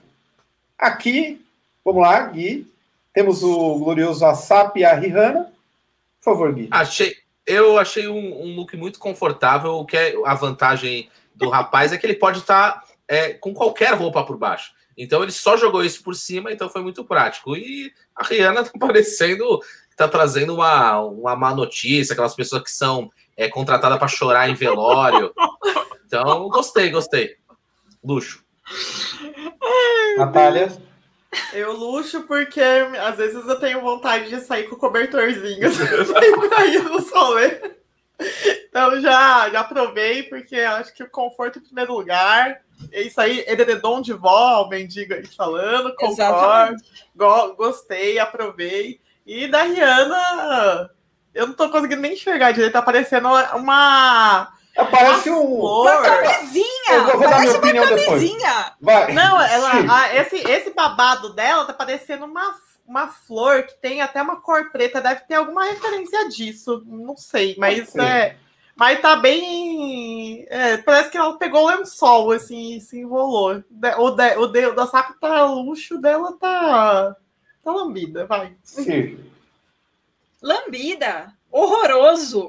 Aqui, vamos lá, Gui. Temos o glorioso Asap e a Rihanna. Por favor, Gui. Achei, eu achei um, um look muito confortável. O que é a vantagem do rapaz é que ele pode estar é, com qualquer roupa por baixo. Então ele só jogou isso por cima, então foi muito prático. E a Rihanna tá parecendo, tá trazendo uma, uma má notícia, aquelas pessoas que são é, contratadas para chorar em velório. Então, gostei, gostei. Luxo. Natália? Eu luxo porque às vezes eu tenho vontade de sair com cobertorzinho pra ir no solê. Então já, já provei, porque acho que o conforto em primeiro lugar. Isso aí, edredom de vó, o mendigo aí falando, concordo. Go, gostei, aprovei. E da Rihanna, eu não tô conseguindo nem enxergar direito, tá parecendo uma... Parece um... Uma camisinha! Eu vou, vou dar minha opinião depois. Vai. Não, ela, a, esse, esse babado dela tá parecendo uma, uma flor que tem até uma cor preta. Deve ter alguma referência disso. Não sei, mas é... Mas tá bem... É, parece que ela pegou o lençol, assim, e se enrolou. O, de, o, de, o da saco tá luxo, dela tá... Tá lambida, vai. Sim. Lambida? Horroroso!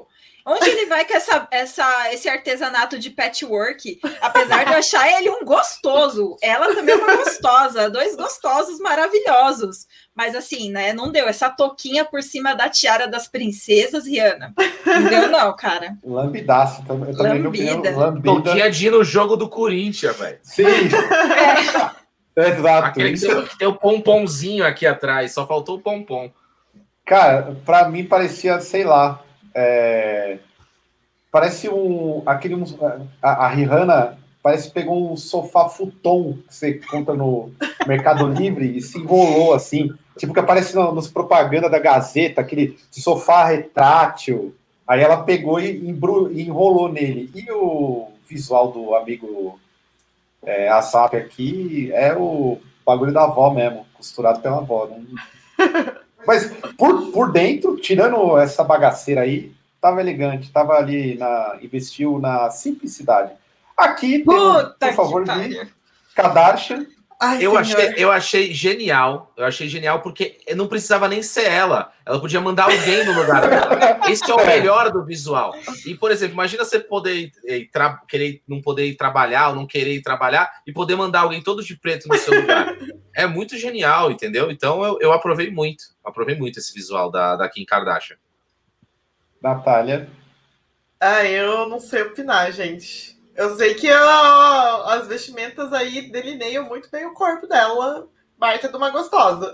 Onde ele vai com essa, essa, esse artesanato de patchwork? Apesar de eu achar ele um gostoso, ela também é uma gostosa, dois gostosos maravilhosos. Mas assim, né, não deu. Essa touquinha por cima da tiara das princesas, Rihanna. Não deu não, cara. Lambidaço. Eu também Lambida. Lambida. Touquinha de ir no jogo do Corinthians, velho. Sim. É. Exato. Aquele Isso... que tem, que tem o pomponzinho aqui atrás, só faltou o pompom. Cara, pra mim parecia, sei lá, é... parece um, aquele, a, a Rihanna parece que pegou um sofá futon que você compra no Mercado Livre e se enrolou assim, tipo que aparece no, nos propagandas da Gazeta, aquele sofá retrátil, aí ela pegou e, embru, e enrolou nele. E o visual do amigo é, Asap aqui é o bagulho da avó mesmo, costurado pela avó, não... Mas por, por dentro, tirando essa bagaceira aí, tava elegante, tava ali, na, investiu na simplicidade. Aqui, tem, um, por favor, de Kardashian. Ai, eu, senhor. achei, eu achei genial, eu achei genial porque não precisava nem ser ela, ela podia mandar alguém no lugar dela. Esse é o melhor do visual. E, por exemplo, imagina você poder ir, tra- querer, não poder ir trabalhar ou não querer ir trabalhar e poder mandar alguém todo de preto no seu lugar. É muito genial, entendeu? Então eu, eu aprovei muito, aprovei muito esse visual da, da Kim Kardashian. Natália. Ah, eu não sei opinar, gente. Eu sei que ó, as vestimentas aí delineiam muito bem o corpo dela. Baita de uma gostosa.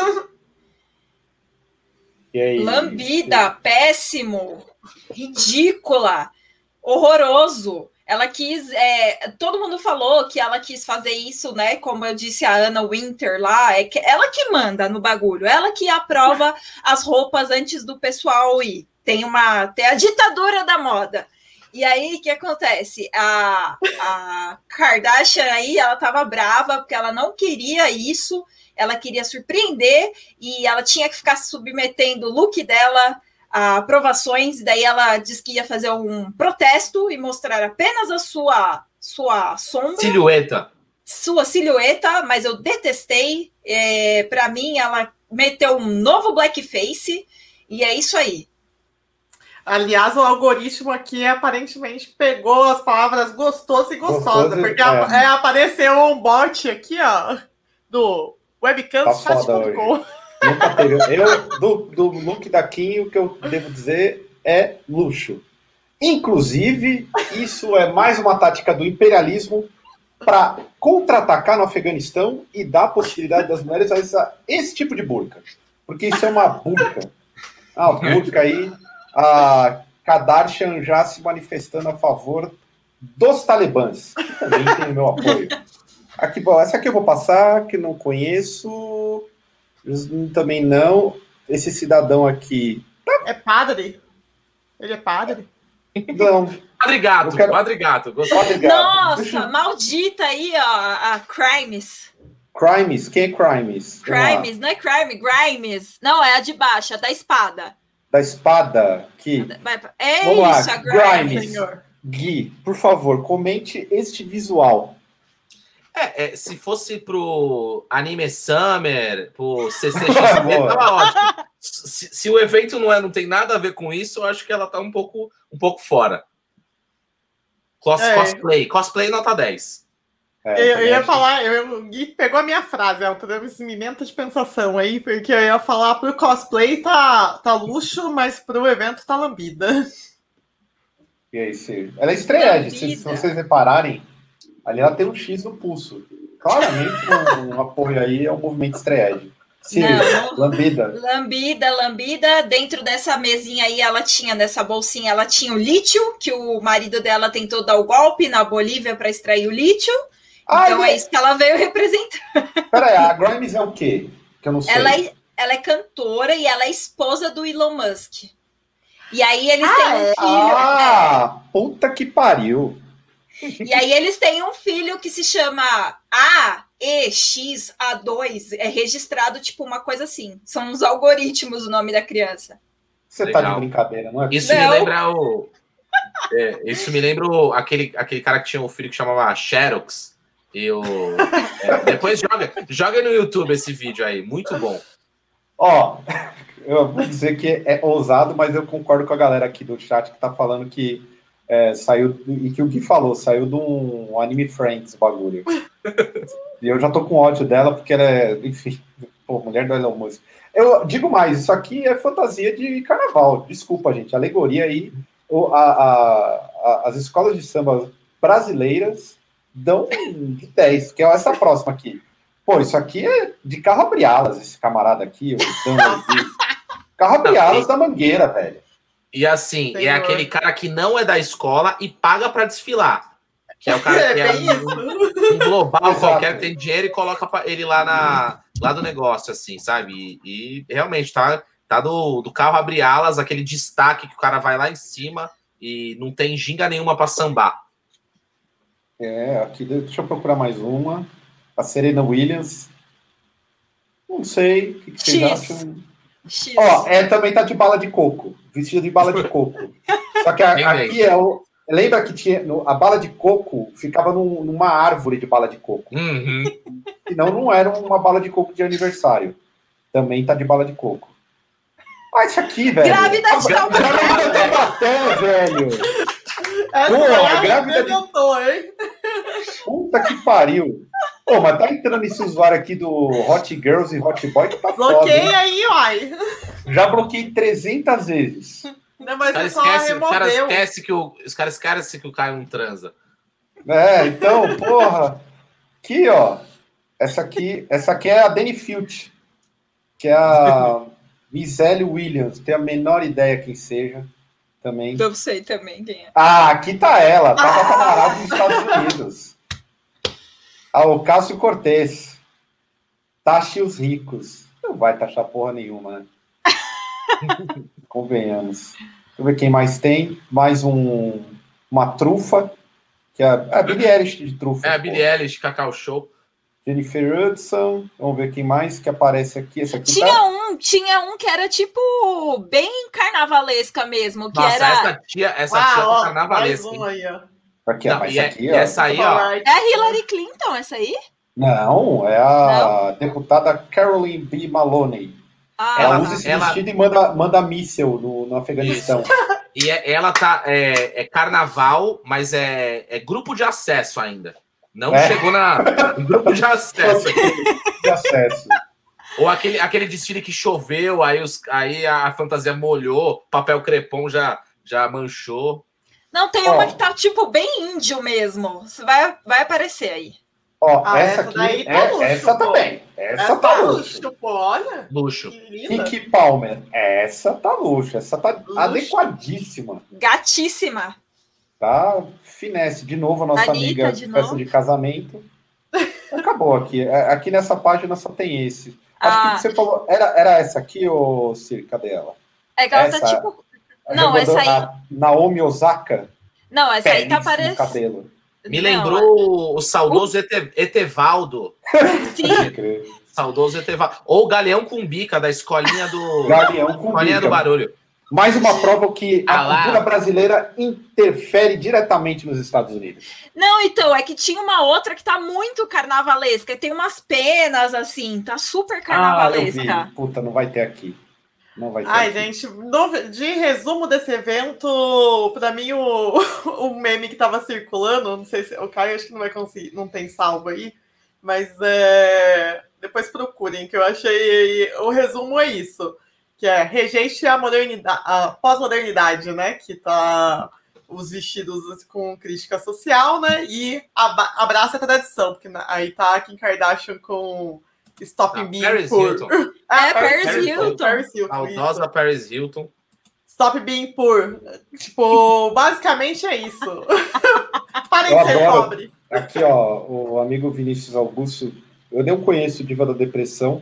E aí? Lambida, péssimo, ridícula, horroroso. Ela quis, é, todo mundo falou que ela quis fazer isso, né? Como eu disse a Anna Winter lá, é que ela que manda no bagulho, ela que aprova as roupas antes do pessoal ir. Tem uma, tem a ditadura da moda. E aí, o que acontece? A, a Kardashian aí, ela tava brava porque ela não queria isso, ela queria surpreender e ela tinha que ficar submetendo o look dela a aprovações, daí ela disse que ia fazer um protesto e mostrar apenas a sua, sua sombra. Silhueta. Sua silhueta, mas eu detestei. É, para mim, ela meteu um novo blackface e é isso aí. Aliás, o algoritmo aqui aparentemente pegou as palavras gostoso e gostosa, Gostoso, porque é. é, apareceu um bot aqui, ó, do webcam Tá chat ponto com. Nunca teve. Eu, do, do look da Kim, o que eu devo dizer é luxo. Inclusive, isso é mais uma tática do imperialismo para contra-atacar no Afeganistão e dar a possibilidade das mulheres a essa, esse tipo de burca. Porque isso é uma burca. Ah, burca aí. A Kardashian já se manifestando a favor dos talibãs, que também tem o meu apoio. Aqui, bom, essa aqui eu vou passar, que não conheço, também não. Esse cidadão aqui... É padre? Ele é padre? Não. Padre Gato, quero... Padre Gato. Padre Gato. Nossa, Deixa... maldita aí, ó, a Crimes. Crimes? Quem é Crimes? Crimes, não é Crime, Grimes. Não, é a de baixo, a da espada. Da espada, que... É Vamos isso, lá. a Grimes. Grimes. Gui, por favor, comente este visual. É, é, se fosse pro Anime Summer, pro C C X P, tava ótimo. Se, se o evento não, é, não tem nada a ver com isso, eu acho que ela tá um pouco, um pouco fora. Cos, é. Cosplay. Cosplay nota dez. É, eu, eu ia falar, eu, o Gui pegou a minha frase, é um tremimento de pensação aí, porque eu ia falar pro cosplay tá, tá luxo, mas pro evento tá lambida. E aí, se... ela é estreia, se, se vocês repararem, ali ela tem um X no pulso. Claramente um, um apoio aí ao movimento estreia. Lambida. Lambida, lambida. Dentro dessa mesinha aí, ela tinha, nessa bolsinha, ela tinha o lítio, que o marido dela tentou dar o golpe na Bolívia para extrair o lítio. Ah, então é... é isso que ela veio representar. Peraí, a Grimes é o quê? Que eu não sei. Ela é, ela é cantora e ela é esposa do Elon Musk. E aí eles ah, têm um filho. Ah, é. Puta que pariu. E aí eles têm um filho que se chama A E X A dois, é registrado tipo uma coisa assim. São os algoritmos o nome da criança. Você Legal. Tá de brincadeira, não é? Isso não. me lembra o... É, isso me lembra o, aquele, aquele cara que tinha um filho que chamava Xerox. E o, é, depois joga, joga no YouTube esse vídeo aí, muito bom. Ó, eu vou dizer que é ousado, mas eu concordo com a galera aqui do chat que tá falando que é, saiu, e que o Gui falou, saiu de um Anime Friends bagulho. E eu já tô com ódio dela, porque ela é, enfim, pô, mulher do Elon Musk. Eu digo mais, isso aqui é fantasia de carnaval, desculpa, gente, alegoria aí, a, a, a, as escolas de samba brasileiras dão de dez, que é essa próxima aqui. Pô, isso aqui é de carro abre alas, esse camarada aqui, o carro abre alas da Mangueira, velho. E assim, Senhor. É aquele cara que não é da escola e paga pra desfilar. Que é o cara que é, é um, um global Exato. Qualquer, tem dinheiro e coloca pra ele lá, na, lá do negócio, assim, sabe? E, e realmente tá, tá do, do carro abre alas, aquele destaque que o cara vai lá em cima e não tem ginga nenhuma pra sambar. É, aqui, deixa eu procurar mais uma. A Serena Williams. Não sei, o que, que vocês X. acham? X. Ó, é, também tá de bala de coco, vestida de bala de coco. Só que a, aqui é o... Lembra que tinha no, a bala de coco ficava num, numa árvore de bala de coco. Uhum. Senão não era uma bala de coco de aniversário. Também tá de bala de coco. Ah, isso aqui, velho. Grávida de Taubaté. Grávida de Taubaté, velho. Essa Pô, daí a grávida de... inventou, hein? Puta que pariu. Pô, mas tá entrando esse usuário aqui do Hot Girls e Hot Boy que tá foda. Bloqueia aí, uai. Já bloqueei trezentas vezes. Não, mas Os caras você só esquecem cara removeu. esquece que o, os caras esquecem que o Caio não transa. É, então, porra. Aqui, ó. Essa aqui, essa aqui é a Dani Filch, que é a Michelle Williams. Tenho a menor ideia quem seja. Também. Eu sei também quem é. Ah, aqui tá ela. Tá com a camarada dos Estados Unidos. Ah, o Cássio Cortez. Taxe os ricos. Não vai taxar porra nenhuma, né? Convenhamos. Deixa eu ver quem mais tem. Mais um, uma trufa, que é a, a Billie Eilish de trufa. É a Billie Eilish, Cacau Show. Jennifer Hudson. Vamos ver quem mais que aparece aqui. Esse aqui Tinha tá... um, tinha um que era tipo bem carnavalesca mesmo, que Nossa, era essa tia, essa Ah, tia ó, tá carnavalesca. mais um aí, ó. Aqui, Não, mas e, é, aqui, e ó. essa aí, ó. Alright. é a Hillary Clinton, essa aí? Não, é a deputada Caroline B. Maloney. Ah, Ela, Ela- usa esse ela- vestido e manda, manda míssel no, no Afeganistão. E é- ela tá. É, é carnaval, mas é, é grupo de acesso ainda. Não É. chegou na. em grupo de acesso aqui. De acesso. Ou aquele, aquele desfile que choveu, aí, os, aí a fantasia molhou, papel crepom já, já manchou. Não, tem Ó. uma que tá tipo bem índio mesmo. Você vai, vai aparecer aí. Ó, Ah, essa, essa aqui, daí tá é, luxo, essa pô. também. Essa, Essa tá tá luxo. luxo, pô, olha. Luxo. Que linda. Kiki Palmer. Essa tá luxo. Essa tá Luxo. adequadíssima. Gatíssima. Tá finesse. De novo, a nossa Anitta, amiga de de festa novo. de casamento. Acabou aqui. É, aqui nessa página só tem esse. Acho Ah. que você falou. Era, era essa aqui, ô Cir? Cadê ela? É que ela Essa- tá tipo. A Não, jogadora- essa aí- a Naomi Osaka. Não, essa aí tá Belíssimo parecendo. cabelo. Me lembrou o saudoso Ete- Etevaldo. Sim, Pode crer. Saudoso Etevaldo. Ou o Galeão com Bica, da escolinha do. Galeão com Escolinha do bica. barulho. Mais uma prova que Ah a lá. cultura brasileira interfere diretamente nos Estados Unidos. não, então, é que tinha uma outra que tá muito carnavalesca. Tem umas penas assim, tá super Ah, eu carnavalesca. vi. Puta, não vai ter aqui. Não vai ter Ai, aqui. gente, no- de resumo desse evento, pra mim o, o meme que tava circulando, não sei se o Caio acho que não vai conseguir, não tem salvo aí, mas é, depois procurem, que eu achei, o resumo é isso, que é rejeite a modernidade, a pós-modernidade, né, que tá os vestidos com crítica social, né, e aba- abraça a tradição, porque na- aí tá a Kim Kardashian com Stop Ah, Being Paris Poor. Hilton. Ah, É, Paris Paris Hilton. Paris Hilton, Saudosa isso. Paris Hilton. Stop being poor. Tipo, basicamente é isso. Parem Eu de ser adoro. pobre. Aqui, ó, o amigo Vinícius Augusto. Eu nem conheço o Diva da Depressão.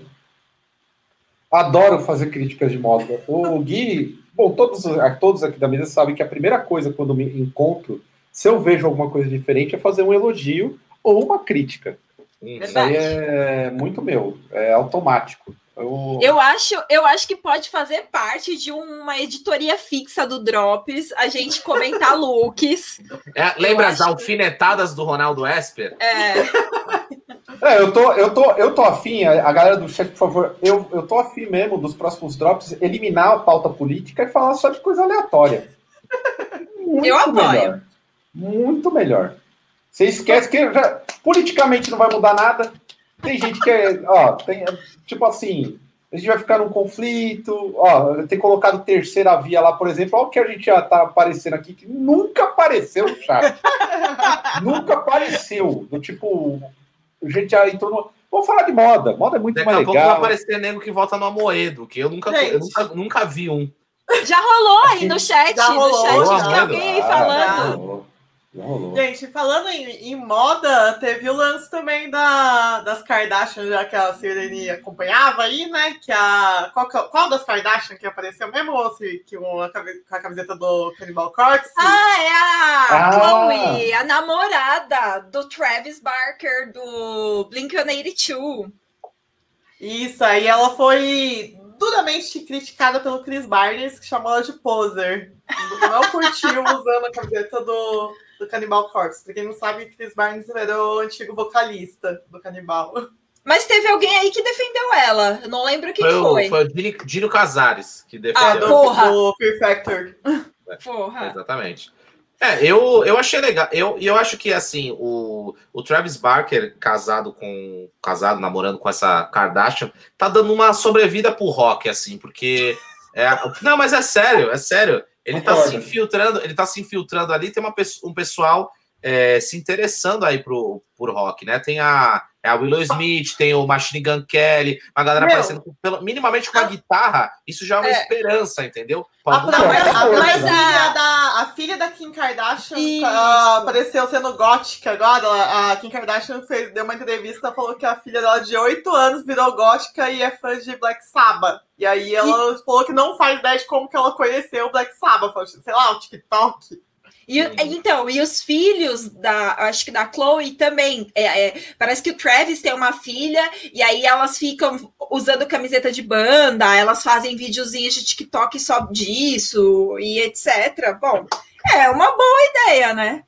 Adoro fazer críticas de moda. O Gui, bom, todos, todos aqui da mesa sabem que a primeira coisa quando me encontro, se eu vejo alguma coisa diferente, é fazer um elogio ou uma crítica. Hum. Isso aí é muito meu, é automático. Eu, Eu acho, eu acho que pode fazer parte de uma editoria fixa do Drops, a gente comentar looks. É, lembra Eu as acho- alfinetadas do Ronaldo Esper? É, É, eu tô, eu tô, eu tô afim, a, a galera do chat, por favor, eu, eu tô afim mesmo dos próximos drops, eliminar a pauta política e falar só de coisa aleatória. Muito eu apoio. melhor. Muito melhor. Você esquece que já, politicamente não vai mudar nada. Tem gente que é, ó, tem, tipo assim, a gente vai ficar num conflito, ó, tem colocado terceira via lá, por exemplo, olha o que a gente já tá aparecendo aqui, que nunca apareceu no chat. Nunca apareceu. Do tipo, a gente já entrou no... Vamos falar de moda. Moda é muito Daqui mais a legal. pouco vai aparecer nego que volta no Amoedo, que eu nunca, eu nunca, nunca vi um. Já rolou aí no chat. Já rolou, no chat já tem alguém aí Ah, falando. já rolou. Já rolou. Gente, falando em, em moda, teve o lance também da, das Kardashian, já que a Sirene acompanhava aí, né? Que a, qual, qual das Kardashian que apareceu mesmo? Ou se, que uma, com a camiseta do Cannibal Corpse? Ah, é a Ah. Chloe, a namorada do Travis Barker, do Blink one eighty-two. Isso, aí ela foi duramente criticada pelo Chris Barnes, que chamou ela de poser. Não curtiu usando a camiseta do, do Cannibal Corpse. Pra quem não sabe, Chris Barnes era o antigo vocalista do Cannibal. Mas teve alguém aí que defendeu ela. Eu não lembro quem foi. Foi, foi o Dino, Dino Casares que defendeu. Ah, do, porra. do Fear Factor. Porra. Exatamente. É, eu, eu achei legal. Eu, eu acho que, assim, o, o Travis Barker, casado com. Casado, namorando com essa Kardashian, tá dando uma sobrevida pro rock, assim, porque. É, não, mas é sério, é sério. Ele tá Concordo. se infiltrando, ele tá se infiltrando ali, tem uma, um pessoal é, se interessando aí pro, pro rock, né? Tem a, é a Willow Smith, tem o Machine Gun Kelly, uma galera Meu, aparecendo com, pelo, minimamente com a guitarra, isso já é uma É. esperança, entendeu? A, Pode- própria, a, própria Mas a- filha da, a filha da Kim Kardashian Isso. ah, apareceu sendo gótica agora. A Kim Kardashian fez, deu uma entrevista, falou que a filha dela de oito anos virou gótica e é fã de Black Sabbath. E aí ela falou que não faz ideia de como que ela conheceu o Black Sabbath. Falou, sei lá, o TikTok. E, então, e os filhos da, acho que da Chloe também. É, é, parece que o Travis tem uma filha, e aí elas ficam usando camiseta de banda, elas fazem videozinhos de TikTok só disso, e etcétera. Bom, é uma boa ideia, né?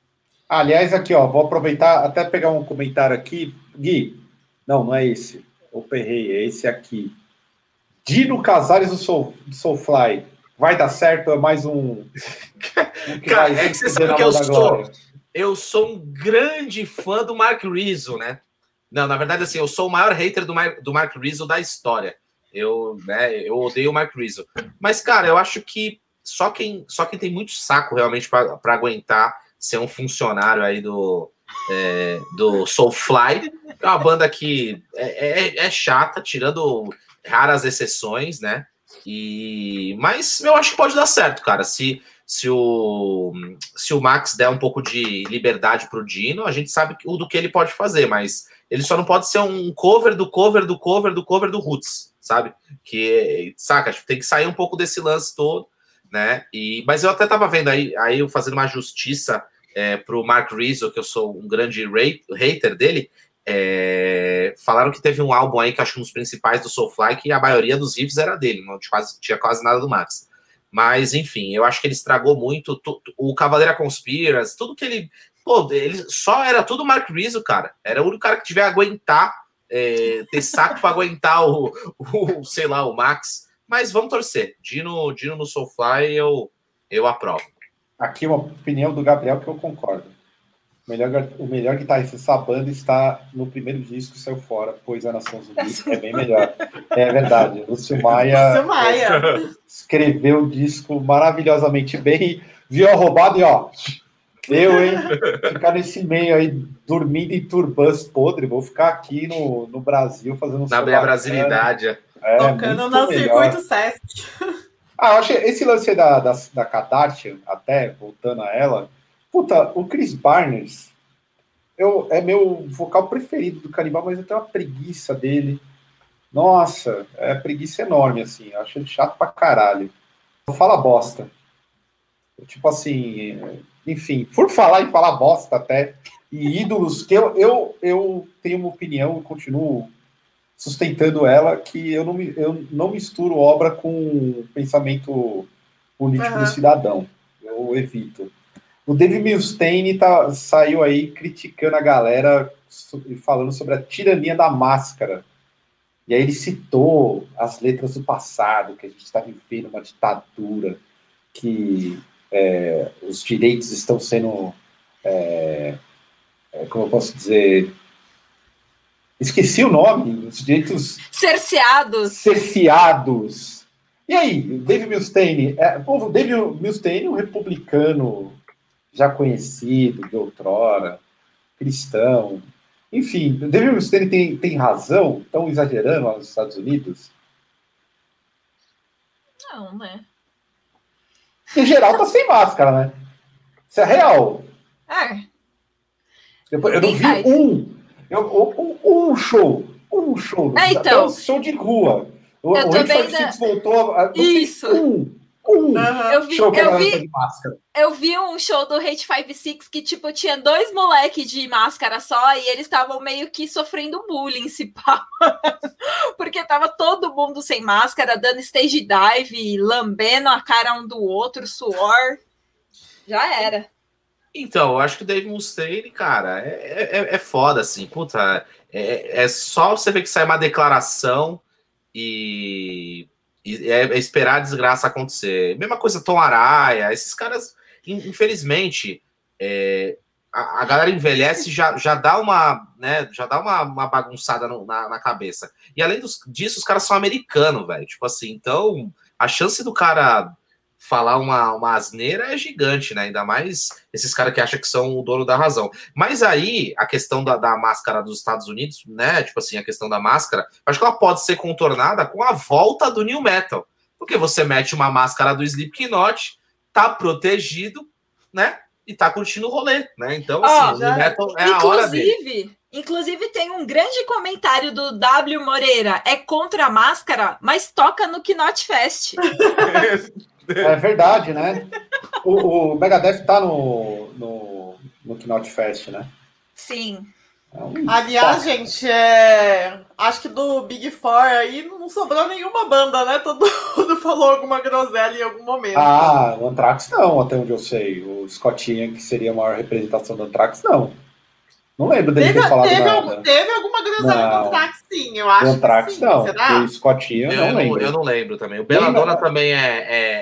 Aliás, aqui, ó, vou aproveitar até pegar um comentário aqui. Gui, não, não é esse. O Perrei, é esse aqui. Dino Casares do Soul, do Soulfly. Vai dar certo? É mais um. um que Cara, vai é que você se sabe fuder que na eu mão da sou. glória. Eu sou um grande fã do Mark Rizzo, né? Não, na verdade, assim, eu sou o maior hater do, Mar do Mark Rizzo da história. Eu, né, eu odeio o Mark Rizzo. Mas, cara, eu acho que só quem, só quem tem muito saco realmente para aguentar ser um funcionário aí do, é, do Soulfly, é uma banda que é, é, é chata, tirando raras exceções, né? E, mas eu acho que pode dar certo, cara. Se, se, o, se o Max der um pouco de liberdade pro Dino, a gente sabe o do que ele pode fazer, mas ele só não pode ser um cover do cover do cover do cover do Roots, sabe? Que, saca, tem que sair um pouco desse lance todo, né? E, mas eu até tava vendo aí, aí eu fazendo uma justiça é, pro Mark Rizzo, que eu sou um grande rate, hater dele. É, falaram que teve um álbum aí que acho que um dos principais do Soulfly, que a maioria dos riffs era dele, não tinha quase, tinha quase nada do Max. Mas, enfim, eu acho que ele estragou muito tu, tu, o Cavaleira Conspiracy, tudo que ele. Pô, ele só era tudo Mark Rizzo, cara. Era o único cara que tiver a aguentar, é, ter saco para aguentar o, o, sei lá, o Max. Mas vamos torcer. Dino, Dino no Soulfly, eu, eu aprovo. Aqui uma opinião do Gabriel que eu concordo. O melhor, o melhor guitarrista dessa banda está no primeiro disco que saiu fora, pois a Nação Zumbi é bem melhor. É verdade. Lúcio Maia, Lúcio Maia. escreveu o disco maravilhosamente bem, viu a roubada e ó, eu, hein? Ficar nesse meio aí, dormindo em turbãs podre, vou ficar aqui no, no Brasil fazendo um Na minha brasilidade. É, tocando no circuito Sesc. Ah, eu achei esse lance da, da, da Kardashian, até voltando a ela. Puta, o Chris Barnes eu, é meu vocal preferido do Cannibal, mas eu tenho uma preguiça dele. Nossa, é preguiça enorme, assim. Eu acho ele chato pra caralho. Fala bosta. Tipo assim, enfim, por falar em falar bosta até, e ídolos, que eu, eu, eu tenho uma opinião e continuo sustentando ela, que eu não, eu não misturo obra com pensamento político Uhum. do cidadão. Eu evito. O Dave Mustaine tá, saiu aí criticando a galera e falando sobre a tirania da máscara. E aí ele citou as letras do passado, que a gente está vivendo uma ditadura, que é, os direitos estão sendo, é, é, como eu posso dizer, esqueci o nome, os direitos... Cerceados. Cerceados. E aí, Dave Mustaine, é, o Dave Mustaine, um republicano já conhecido de outrora, cristão, enfim, o Dave Mustaine tem, tem razão? Estão exagerando lá nos Estados Unidos? Não, né? Em geral tá sem máscara, né? Isso é real. É. Eu, eu não vi um, eu, um, um show, um show, é, então, até um show de rua. O, eu o tô vendo... voltou a... Isso. Um, um eu vi, show que eu vi, de máscara. Eu vi um show do Hate cinquenta e seis que, tipo, tinha dois moleques de máscara só e eles estavam meio que sofrendo bullying, se pá. Porque tava todo mundo sem máscara, dando stage dive, lambendo a cara um do outro, suor. Já era. Então, eu acho que o Dave Mustaine, cara, é, é, é foda, assim. Puta, é, é só você ver que sai uma declaração e... E é, é esperar a desgraça acontecer. Mesma coisa Tom Araya, esses caras, infelizmente, é, a, a galera envelhece e já, já dá uma, né, já dá uma, uma bagunçada no, na, na cabeça. E além dos, disso, os caras são americanos, velho. Tipo assim, então a chance do cara falar uma, uma asneira é gigante, né? Ainda mais esses caras que acham que são o dono da razão. Mas aí, a questão da, da máscara dos Estados Unidos, né? Tipo assim, a questão da máscara, acho que ela pode ser contornada com a volta do New Metal. Porque você mete uma máscara do Slipknot, tá protegido, né? E tá curtindo o rolê, né? Então, assim, oh, o New Metal é a hora dele. Inclusive, tem um grande comentário do W Moreira. É contra a máscara, mas toca no Knot Fest. É verdade, né? O, o Megadeth tá no, no, no Knot Fest, né? Sim. É um Aliás, toque. gente, é... acho que do Big Four aí não sobrou nenhuma banda, né? Todo mundo falou alguma groselha em algum momento. Ah, o Anthrax não, até onde eu sei. O Scottinha, que seria a maior representação do Anthrax, não. Não lembro dele teve, ter falado teve, nada. Teve alguma groselha do Anthrax, sim, eu acho. O Anthrax, que sim. não. Será? O Scottinha, eu, eu não lembro. Eu não lembro também. O Belladonna também é,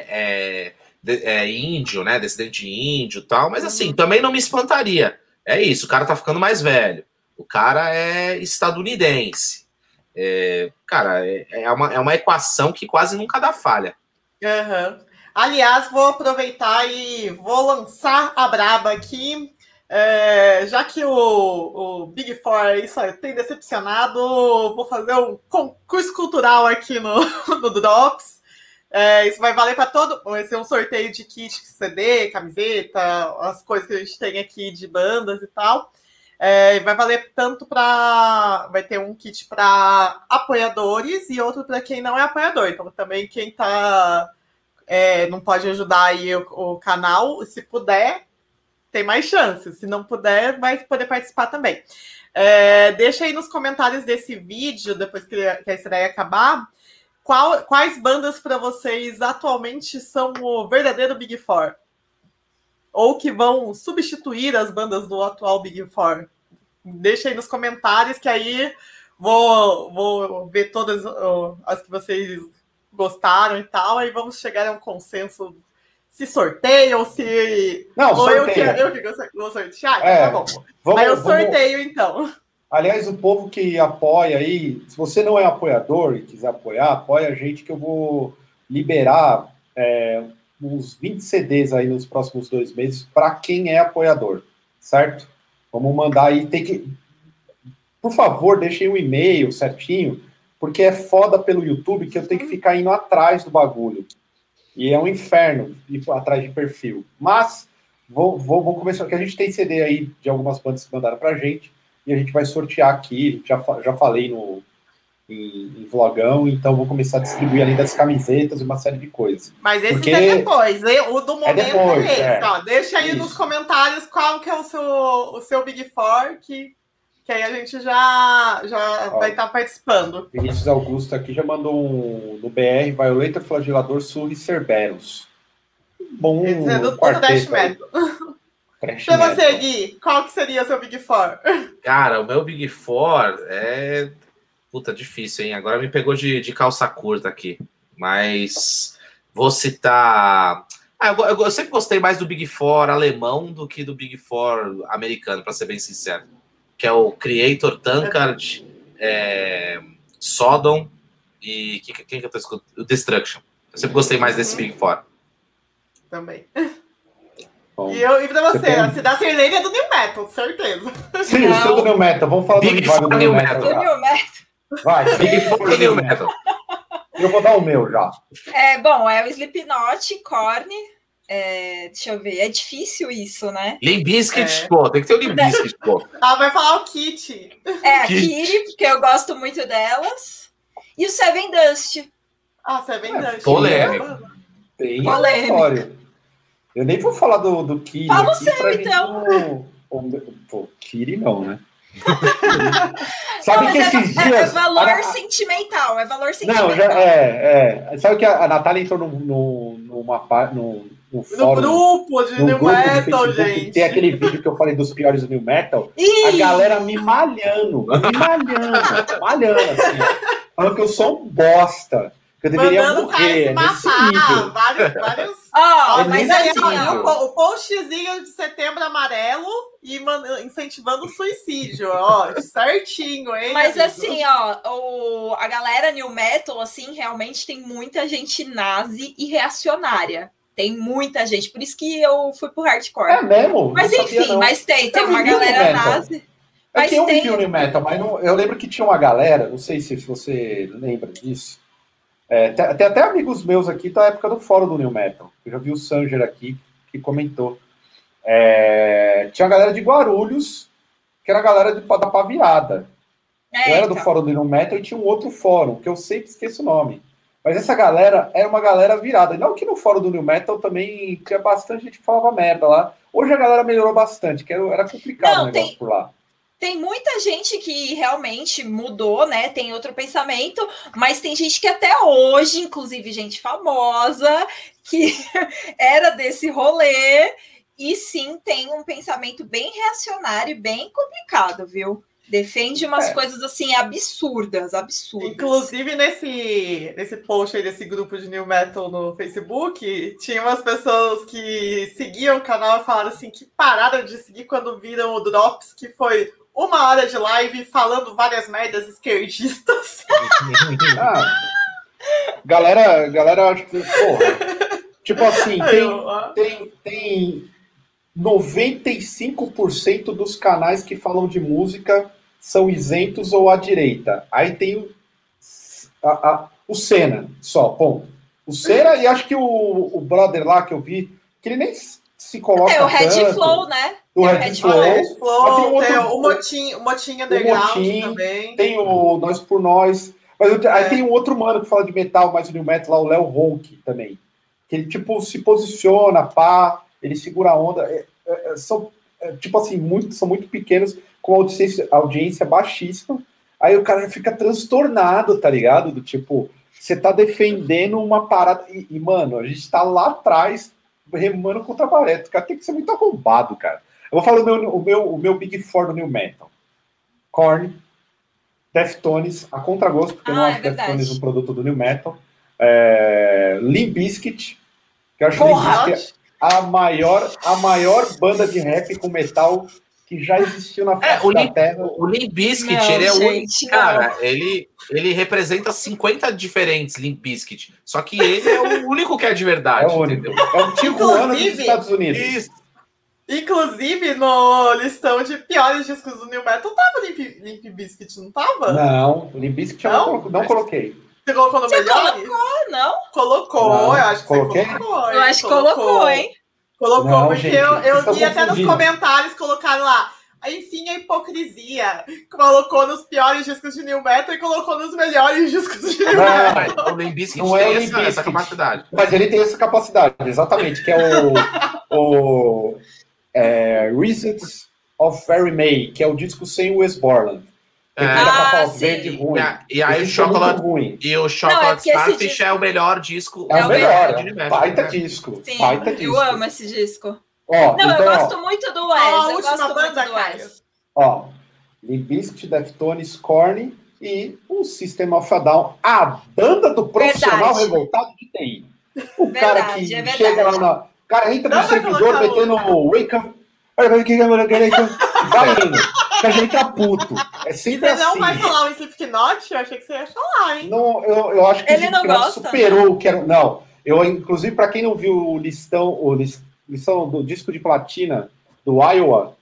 é, é, é índio, né? Descendente de índio e tal. Mas assim, uhum. também não me espantaria. É isso, o cara tá ficando mais velho. O cara é estadunidense. É, cara, é, é, uma, é uma equação que quase nunca dá falha. Uhum. Aliás, vou aproveitar e vou lançar a braba aqui. É, já que o, o Big Four isso tem decepcionado, vou fazer um concurso cultural aqui no, no Drops. É, isso vai valer para todo. Vai ser um sorteio de kit C D, camiseta, as coisas que a gente tem aqui de bandas e tal. É, vai valer tanto para. Vai ter um kit para apoiadores e outro para quem não é apoiador. Então, também quem tá, é, não pode ajudar aí o, o canal, se puder. Tem mais chances. Se não puder, vai poder participar também. É, deixa aí nos comentários desse vídeo, depois que a estreia acabar, qual, quais bandas para vocês atualmente são o verdadeiro Big Four? Ou que vão substituir as bandas do atual Big Four? Deixa aí nos comentários, que aí vou, vou ver todas as que vocês gostaram e tal, aí vamos chegar a um consenso. Se sorteia ou se. Não, ou sorteia. eu que, eu que vou sortear? É, tá bom. Vamos, aí eu vamos... sorteio, então. Aliás, o povo que apoia aí, se você não é apoiador e quiser apoiar, apoia a gente que eu vou liberar é, uns vinte C Ds aí nos próximos dois meses para quem é apoiador, certo? Vamos mandar aí, tem que. Por favor, deixem um e-mail certinho, porque é foda pelo YouTube que eu tenho que ficar indo atrás do bagulho. E é um inferno ir atrás de perfil. Mas vou, vou, vou começar, porque a gente tem C D aí de algumas bandas que mandaram pra gente, e a gente vai sortear aqui, já, já falei no, em, em vlogão, então vou começar a distribuir além das camisetas e uma série de coisas. Mas esse porque... é depois, o do momento é, depois, é esse. É. Ó, deixa aí Isso. nos comentários qual que é o seu, o seu Big Four, que... que aí a gente já, já Ó, vai estar tá participando. Vinícius Augusto aqui já mandou um no B R, Violator, Flagelador, Sul e Cerberus. Bom Esse é do, quarteto. Do Metal. Pra você, Gui, qual que seria o seu Big Four? Cara, o meu Big Four é... Puta, difícil, hein? Agora me pegou de, de calça curta aqui. Mas vou citar... Ah, eu, eu, eu sempre gostei mais do Big Four alemão do que do Big Four americano, para ser bem sincero. Que é o Creator, Tankard, é, Sodom e... Quem, quem que eu tô escutando? O Destruction. Eu sempre gostei mais desse Big Four. Também. Bom, e, eu, e pra você, você a Cidade Sirlene é do New Metal, certeza. Sim, eu sou do New Metal. Vamos falar Big do New, do New Metal. Do New Metal. Vai, Big Four do New Metal. Eu vou dar o meu já. É, bom, é o Slipknot, Korn. É, deixa eu ver, é difícil isso, né? Limp Bizkit, é. Pô, tem que ter o Limp Bizkit, pô. Ah, vai falar o Kit. É, a Kiri, porque eu gosto muito delas. E o Seven Dust. Ah, Seven é, Dust. Polêmico. Bem aleatório. Eu nem vou falar do, do Kiri. Fala o seu, então. Pô, Kiri não, né? Sabe não, que é, esses é, dias... É valor a... sentimental, é valor sentimental. Não, já é, é. Sabe que a, a Natália entrou no, no, numa, no, no fórum... No grupo de no New grupo Metal, de Facebook, gente. tem aquele vídeo que eu falei dos piores do New Metal. Ih! A galera me malhando, me malhando, malhando, assim. Falando que eu sou um bosta. Que eu deveria Mandando morrer, o cara se matar. Vários, vários... Oh, é mas nesse assim, nível. ó, o postzinho de Setembro Amarelo e man, incentivando o suicídio, ó, certinho, hein? Mas amigo? assim, ó, o, a galera New Metal, assim, realmente tem muita gente nazi e reacionária. Tem muita gente, por isso que eu fui pro hardcore. É mesmo? Mas não enfim, sabia, mas tem, tem eu uma galera nazi. É mas que eu tem... vi o New Metal, mas não, eu lembro que tinha uma galera, não sei se você lembra disso. É, tem, tem até amigos meus aqui da época do fórum do New Metal. Eu já vi o Sanger aqui que comentou. É, tinha a galera de Guarulhos, que era a galera de, da Pavirada. É, eu era então. do fórum do New Metal e tinha um outro fórum, que eu sempre esqueço o nome. Mas essa galera era uma galera virada. Não que no fórum do New Metal também tinha bastante gente que falava merda lá. Hoje a galera melhorou bastante, que era complicado Não, o negócio tem... por lá. Tem muita gente que realmente mudou, né? Tem outro pensamento, mas tem gente que até hoje, inclusive gente famosa, que era desse rolê e sim tem um pensamento bem reacionário, bem complicado, viu? Defende umas é. coisas assim absurdas, absurdas. Inclusive nesse, nesse post aí desse grupo de New Metal no Facebook, tinha umas pessoas que seguiam o canal e falaram assim que pararam de seguir quando viram o Drops, que foi uma hora de live falando várias merdas esquerdistas. Ah, galera, galera, acho que, porra, tipo assim, tem, tem, tem noventa e cinco por cento dos canais que falam de música são isentos ou à direita. Aí tem o, a, a, o Senna, só, ponto. O Senna e acho que o, o brother lá que eu vi, que ele nem se coloca É o Red tanto. Flow, né? O Red, Red Flow. Red Flow, tem, um outro, tem o Motinho, o Motinho Underground também. Tem o Nós por Nós. Mas eu, é. Aí tem um outro mano que fala de metal, mais o New Metal lá, o Léo Ronk também. Que ele, tipo, se posiciona, pá, ele segura a onda. É, é, são, é, tipo assim, muito, são muito pequenos, com audiência, audiência baixíssima. Aí o cara fica transtornado, tá ligado? Do tipo, você tá defendendo uma parada. E, e, mano, a gente tá lá atrás, remando contra a maré. O cara tem que ser muito arrombado, cara. Eu vou falar o meu, o meu, o meu Big Four do New Metal. Korn, Deftones, a contragosto, porque ah, eu não é acho verdade. Deftones um produto do New Metal. É, Limp Bizkit, que eu acho Limp Bizkit a maior, a maior banda de rap com metal que já existiu na face é, o da Limp, Terra. O Limp Bizkit, não, ele é o único, cara, ele, ele representa cinquenta diferentes Limp Bizkit, só que ele é o único que é de verdade, é o único. Entendeu? É o Tijuana dos Estados Unidos. Isso. Inclusive, no listão de piores discos do New Metal, tava Limp, Limp Bizkit, não tava? Não, Limp Bizkit eu não, não coloquei. Você colocou no Você melhores? colocou, não? Colocou, não, eu acho que coloquei? você colocou. Eu acho que colocou, colocou hein? Colocou, não, porque gente, eu, eu vi até nos confundindo. comentários, colocaram lá, enfim, a hipocrisia. Colocou nos piores discos de New Metal e colocou nos melhores discos de New não, Metal. O Limp Bizkit não tem é o essa, Limp Bizkit, essa capacidade. Mas ele tem essa capacidade, exatamente, que é o... o é, Reasons of Fairy May, que é o disco sem o Wes Borland. É. Ah, verde ruim. E, e aí o Chocolate, ruim. E o Chocolate não, é Starfish disco... é o melhor disco. É, é o melhor, de é baita né? disco. Sim, baita eu disco. amo esse disco. Ó, Não, então, eu ó, gosto muito do Wes. a eu última gosto banda, muito do Caio. Wes. ó, Limp Bizkit, Deftones, Korn e o System of a Down, a banda do profissional Verdade. revoltado de T I. O Verdade, cara que é verdade. chega lá na... O cara entra Não no vai servidor colocar metendo wake up... Vai indo. O cara já entra puto. É E sempre você não assim. vai falar o Slipknot? Eu achei que você ia falar, hein? Não, eu, eu acho que Ele o não Slipknot gosta, superou o que era... Não, eu, inclusive, para quem não viu o listão, o lis- listão do disco de platina do Iowa,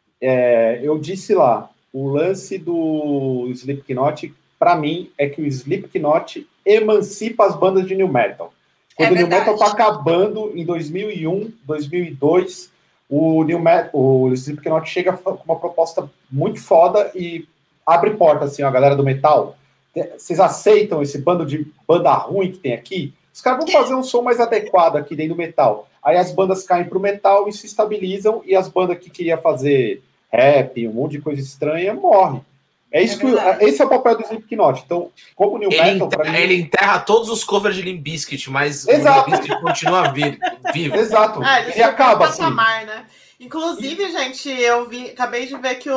é, eu disse lá, o lance do Slipknot, para mim, é que o Slipknot emancipa as bandas de New Metal. Quando É o New Metal tá verdade. acabando, em dois mil e um, dois mil e dois, o, New Metal, o Slipknot chega com uma proposta muito foda e abre porta, assim, ó, a galera do metal. Vocês aceitam esse bando de banda ruim que tem aqui? Os caras vão fazer um som mais adequado aqui dentro do metal. Aí as bandas caem pro metal e se estabilizam, e as bandas que queriam fazer rap, um monte de coisa estranha, morre. É isso É que verdade. esse é o papel do Slipknot. Então, como o New Ele Metal, enterra, pra mim... ele enterra todos os covers de Limp Bizkit, mas Exato. o Limp Bizkit continua vivo. vivo. Exato. Ah, ele Ele acaba assim. patamar, né? Inclusive, gente, eu vi, acabei de ver que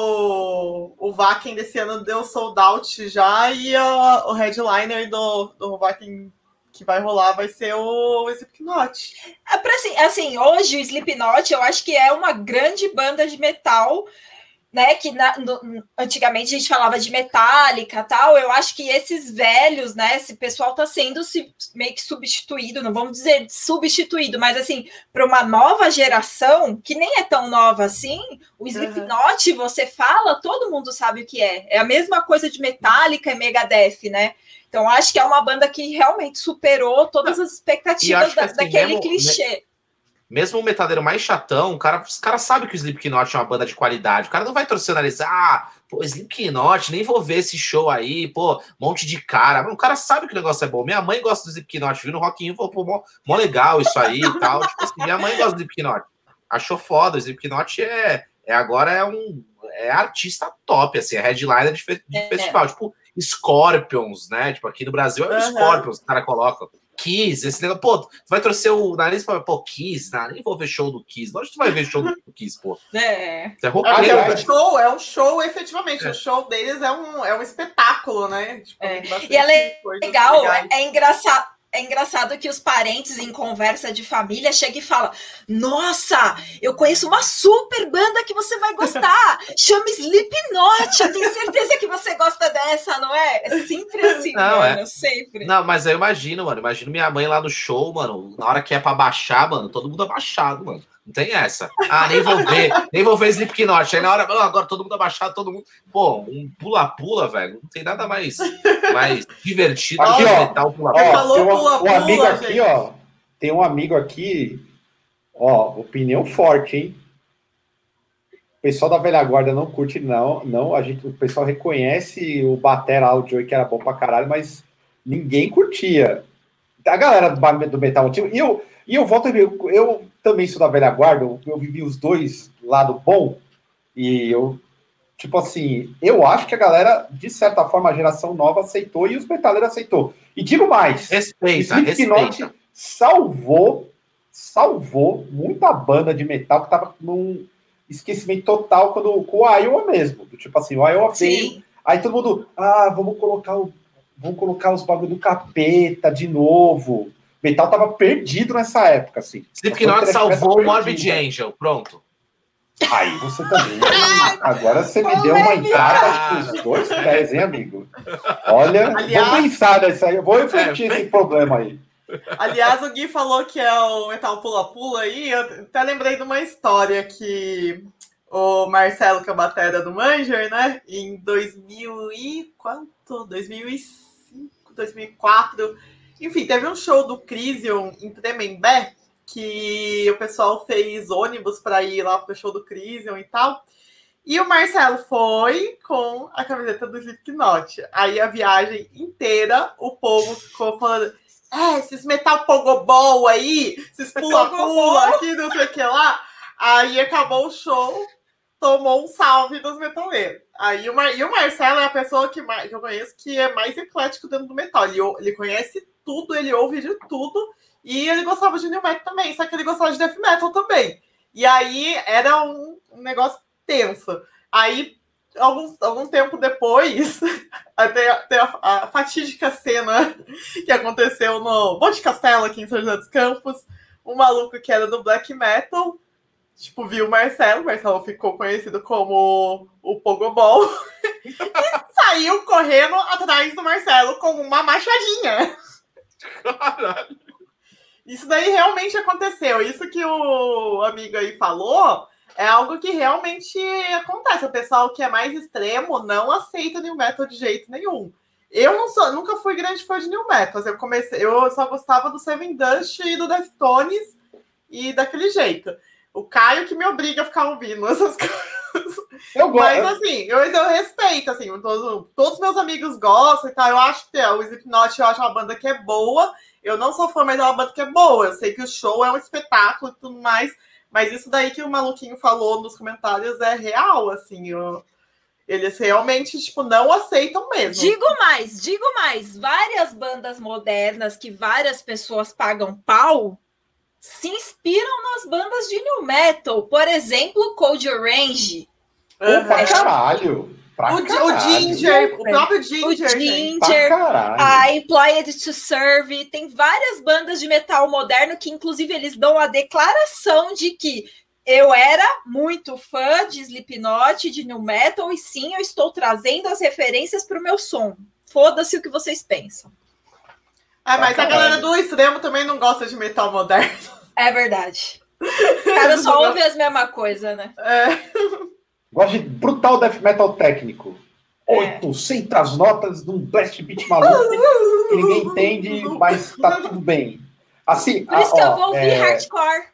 o, o Wacken desse ano deu sold out já, e o, o headliner do, do Wacken que vai rolar vai ser o Slipknot. É pra, assim, assim, hoje o Slipknot eu acho que é uma grande banda de metal, né? Que na, no, antigamente a gente falava de Metallica e tal. Eu acho que esses velhos, né? Esse pessoal tá sendo se, meio que substituído, não vamos dizer substituído, mas assim, para uma nova geração que nem é tão nova assim, o Slipknot, uhum. Você fala, todo mundo sabe o que é. É a mesma coisa de Metallica e Megadeth, né? Então, acho que é uma banda que realmente superou todas as expectativas da, assim, daquele mesmo, clichê. Mesmo o metaleiro mais chatão, o cara, os caras sabem que o Slipknot é uma banda de qualidade. O cara não vai torcer o nariz, ah, pô, Slipknot, nem vou ver esse show aí, pô, monte de cara. O cara sabe que o negócio é bom. Minha mãe gosta do Slipknot, viu no Rock in Rio, falou, pô, mó, mó legal isso aí e tal. Tipo assim, minha mãe gosta do Slipknot. Achou foda, o Slipknot é, é agora é um é artista top, assim, é headliner de, fe, de é. festival. Tipo, Scorpions, né? Tipo, aqui no Brasil é o uhum. Scorpions, o cara coloca. Kiss, esse negócio, pô, tu vai torcer o nariz pra, pô, Kiss, nah, nem vou ver show do Kiss. Lógico que tu vai ver show do Kiss, pô. É. É, roqueiro, é, um show, é um show, efetivamente. É. O show deles é um, é um espetáculo, né? Tipo, é. E ela é legal, é, é engraçado. É engraçado que os parentes em conversa de família chegam e falam: nossa, eu conheço uma super banda que você vai gostar, chama Slipknot, eu tenho certeza que você gosta dessa, não é? É sempre assim, não, mano, é. sempre. Não, mas eu imagino, mano, imagino minha mãe lá no show, mano, na hora que é pra baixar, mano, todo mundo abaixado, mano. Não tem essa. Ah, nem vou ver, nem vou ver Slipknot. Aí na hora, agora todo mundo abaixado, todo mundo. Pô, um pula-pula, velho. Não tem nada mais, mais divertido aqui, que ó, metal pula-pula. Falou tem pula-pula. Um amigo gente. aqui, ó. Tem um amigo aqui, ó, opinião forte, hein? O pessoal da velha guarda não curte, não. Não, a gente, o pessoal reconhece o batera lá, o Joey, que era bom pra caralho, mas ninguém curtia. A galera do, do metal antigo. E eu, e eu volto a ver, eu, eu também sou da velha guarda, eu, eu vivi os dois lados bom, e eu, tipo assim, eu acho que a galera, de certa forma, a geração nova aceitou e os metaleiros aceitou. E digo mais, respeita, Slipknot salvou, salvou muita banda de metal que tava num esquecimento total quando, com o Iowa mesmo. Tipo assim, o Iowa veio, aí todo mundo, ah, vamos colocar o vamos colocar os bagulho do capeta de novo. O metal tava perdido nessa época, assim. Slipknot salvou o Morbid Angel, pronto. Aí você também. Agora você me deu uma entrada dos dois pés, hein, amigo? Olha, aliás, vou pensar nessa aí, eu vou refletir é, esse problema aí. Aliás, o Gui falou que é o metal pula-pula aí, eu até lembrei de uma história que o Marcelo, que é a batera do Manger, né, em dois mil e quanto? dois mil e cinco, dois mil e quatro, enfim, teve um show do Crisium em Tremembé, que o pessoal fez ônibus para ir lá pro show do Crisium e tal. E o Marcelo foi com a camiseta do Slipknot. Aí a viagem inteira, o povo ficou falando: é, esses metal pogobol aí, esses pula-pula aqui, não sei o que lá. Aí acabou o show, tomou um salve dos metaleiros. Aí o Mar... E o Marcelo é a pessoa que, mais, que eu conheço que é mais eclético dentro do metal. Ele, ele conhece tudo, ele ouve de tudo. E ele gostava de New Metal também, só que ele gostava de Death Metal também. E aí era um, um negócio tenso. Aí, algum, algum tempo depois, até, até a, a fatídica cena que aconteceu no Monte Castelo, aqui em São José dos Campos, um maluco que era do black metal, tipo, viu o Marcelo, o Marcelo ficou conhecido como o Pogobol, e saiu correndo atrás do Marcelo com uma machadinha. Caralho. Isso daí realmente aconteceu. Isso que o amigo aí falou é algo que realmente acontece. O pessoal que é mais extremo não aceita New Metal de jeito nenhum. Eu não sou, nunca fui grande fã de New Metal. Eu, comecei, eu só gostava do Seven Dust e do Deftones e daquele jeito. O Caio que me obriga a ficar ouvindo essas coisas. Eu gosto. Mas assim, eu, eu respeito, assim, todos, todos meus amigos gostam e tal. Eu acho que é, o Slipknot eu acho uma banda que é boa. Eu não sou fã, mas é uma banda que é boa. Eu sei que o show é um espetáculo e tudo mais. Mas isso daí que o maluquinho falou nos comentários é real, assim. Eu, eles realmente, tipo, não aceitam mesmo. Digo mais, digo mais. Várias bandas modernas que várias pessoas pagam pau se inspiram nas bandas de new metal. Por exemplo, Code Orange. Uhum. Pra caralho. Pra o, caralho. O Ginger, o próprio Ginger. O Ginger, a Employed to Serve. Tem várias bandas de metal moderno que, inclusive, eles dão a declaração de que eu era muito fã de Slipknot, de new metal, e sim, eu estou trazendo as referências para o meu som. Foda-se o que vocês pensam. Ah, mas a galera do extremo também não gosta de metal moderno. É verdade. O cara só ouve as mesmas coisas, né? É. Gosta de brutal death metal técnico. É. oitocentas notas de um blast beat maluco que ninguém entende, mas tá tudo bem. Assim, Por isso a, que ó, eu vou ouvir é... hardcore.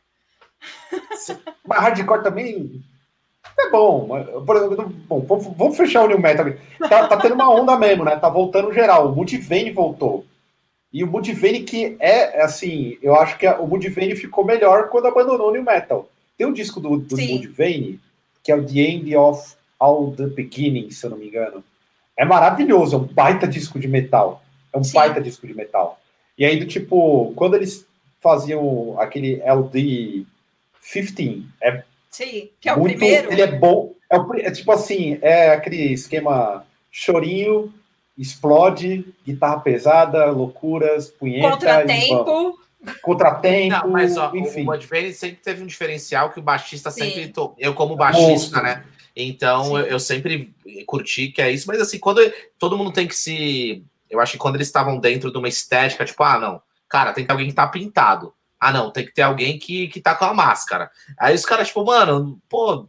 Mas hardcore também é bom. Por exemplo, bom, vamos, vamos fechar o new metal. Tá, tá tendo uma onda mesmo, né? Tá voltando geral. O Mudvayne voltou. E o Mudvayne que é, assim, eu acho que o Mudvayne ficou melhor quando abandonou o new metal. Tem um disco do, do Mudvayne que é o The End of All the Beginning, se eu não me engano. É maravilhoso, é um baita disco de metal. É um Sim. baita disco de metal. E aí, do tipo, quando eles faziam aquele L D quinze, é Sim, que é o muito, primeiro. Ele é bom. É, o, é tipo assim, é aquele esquema chorinho, explode, guitarra pesada, loucuras, punheta. Contratempo. Contratempo, não, mas ó, enfim. O Mudvayne sempre teve um diferencial que o baixista Sim. sempre... To... Eu como baixista, Monstro. né? Então, eu, eu sempre curti que é isso. Mas assim, quando todo mundo tem que se... Eu acho que quando eles estavam dentro de uma estética, tipo, ah, não, cara, tem que ter alguém que tá pintado. Ah, não, tem que ter alguém que, que tá com a máscara. Aí os caras, tipo, mano, pô...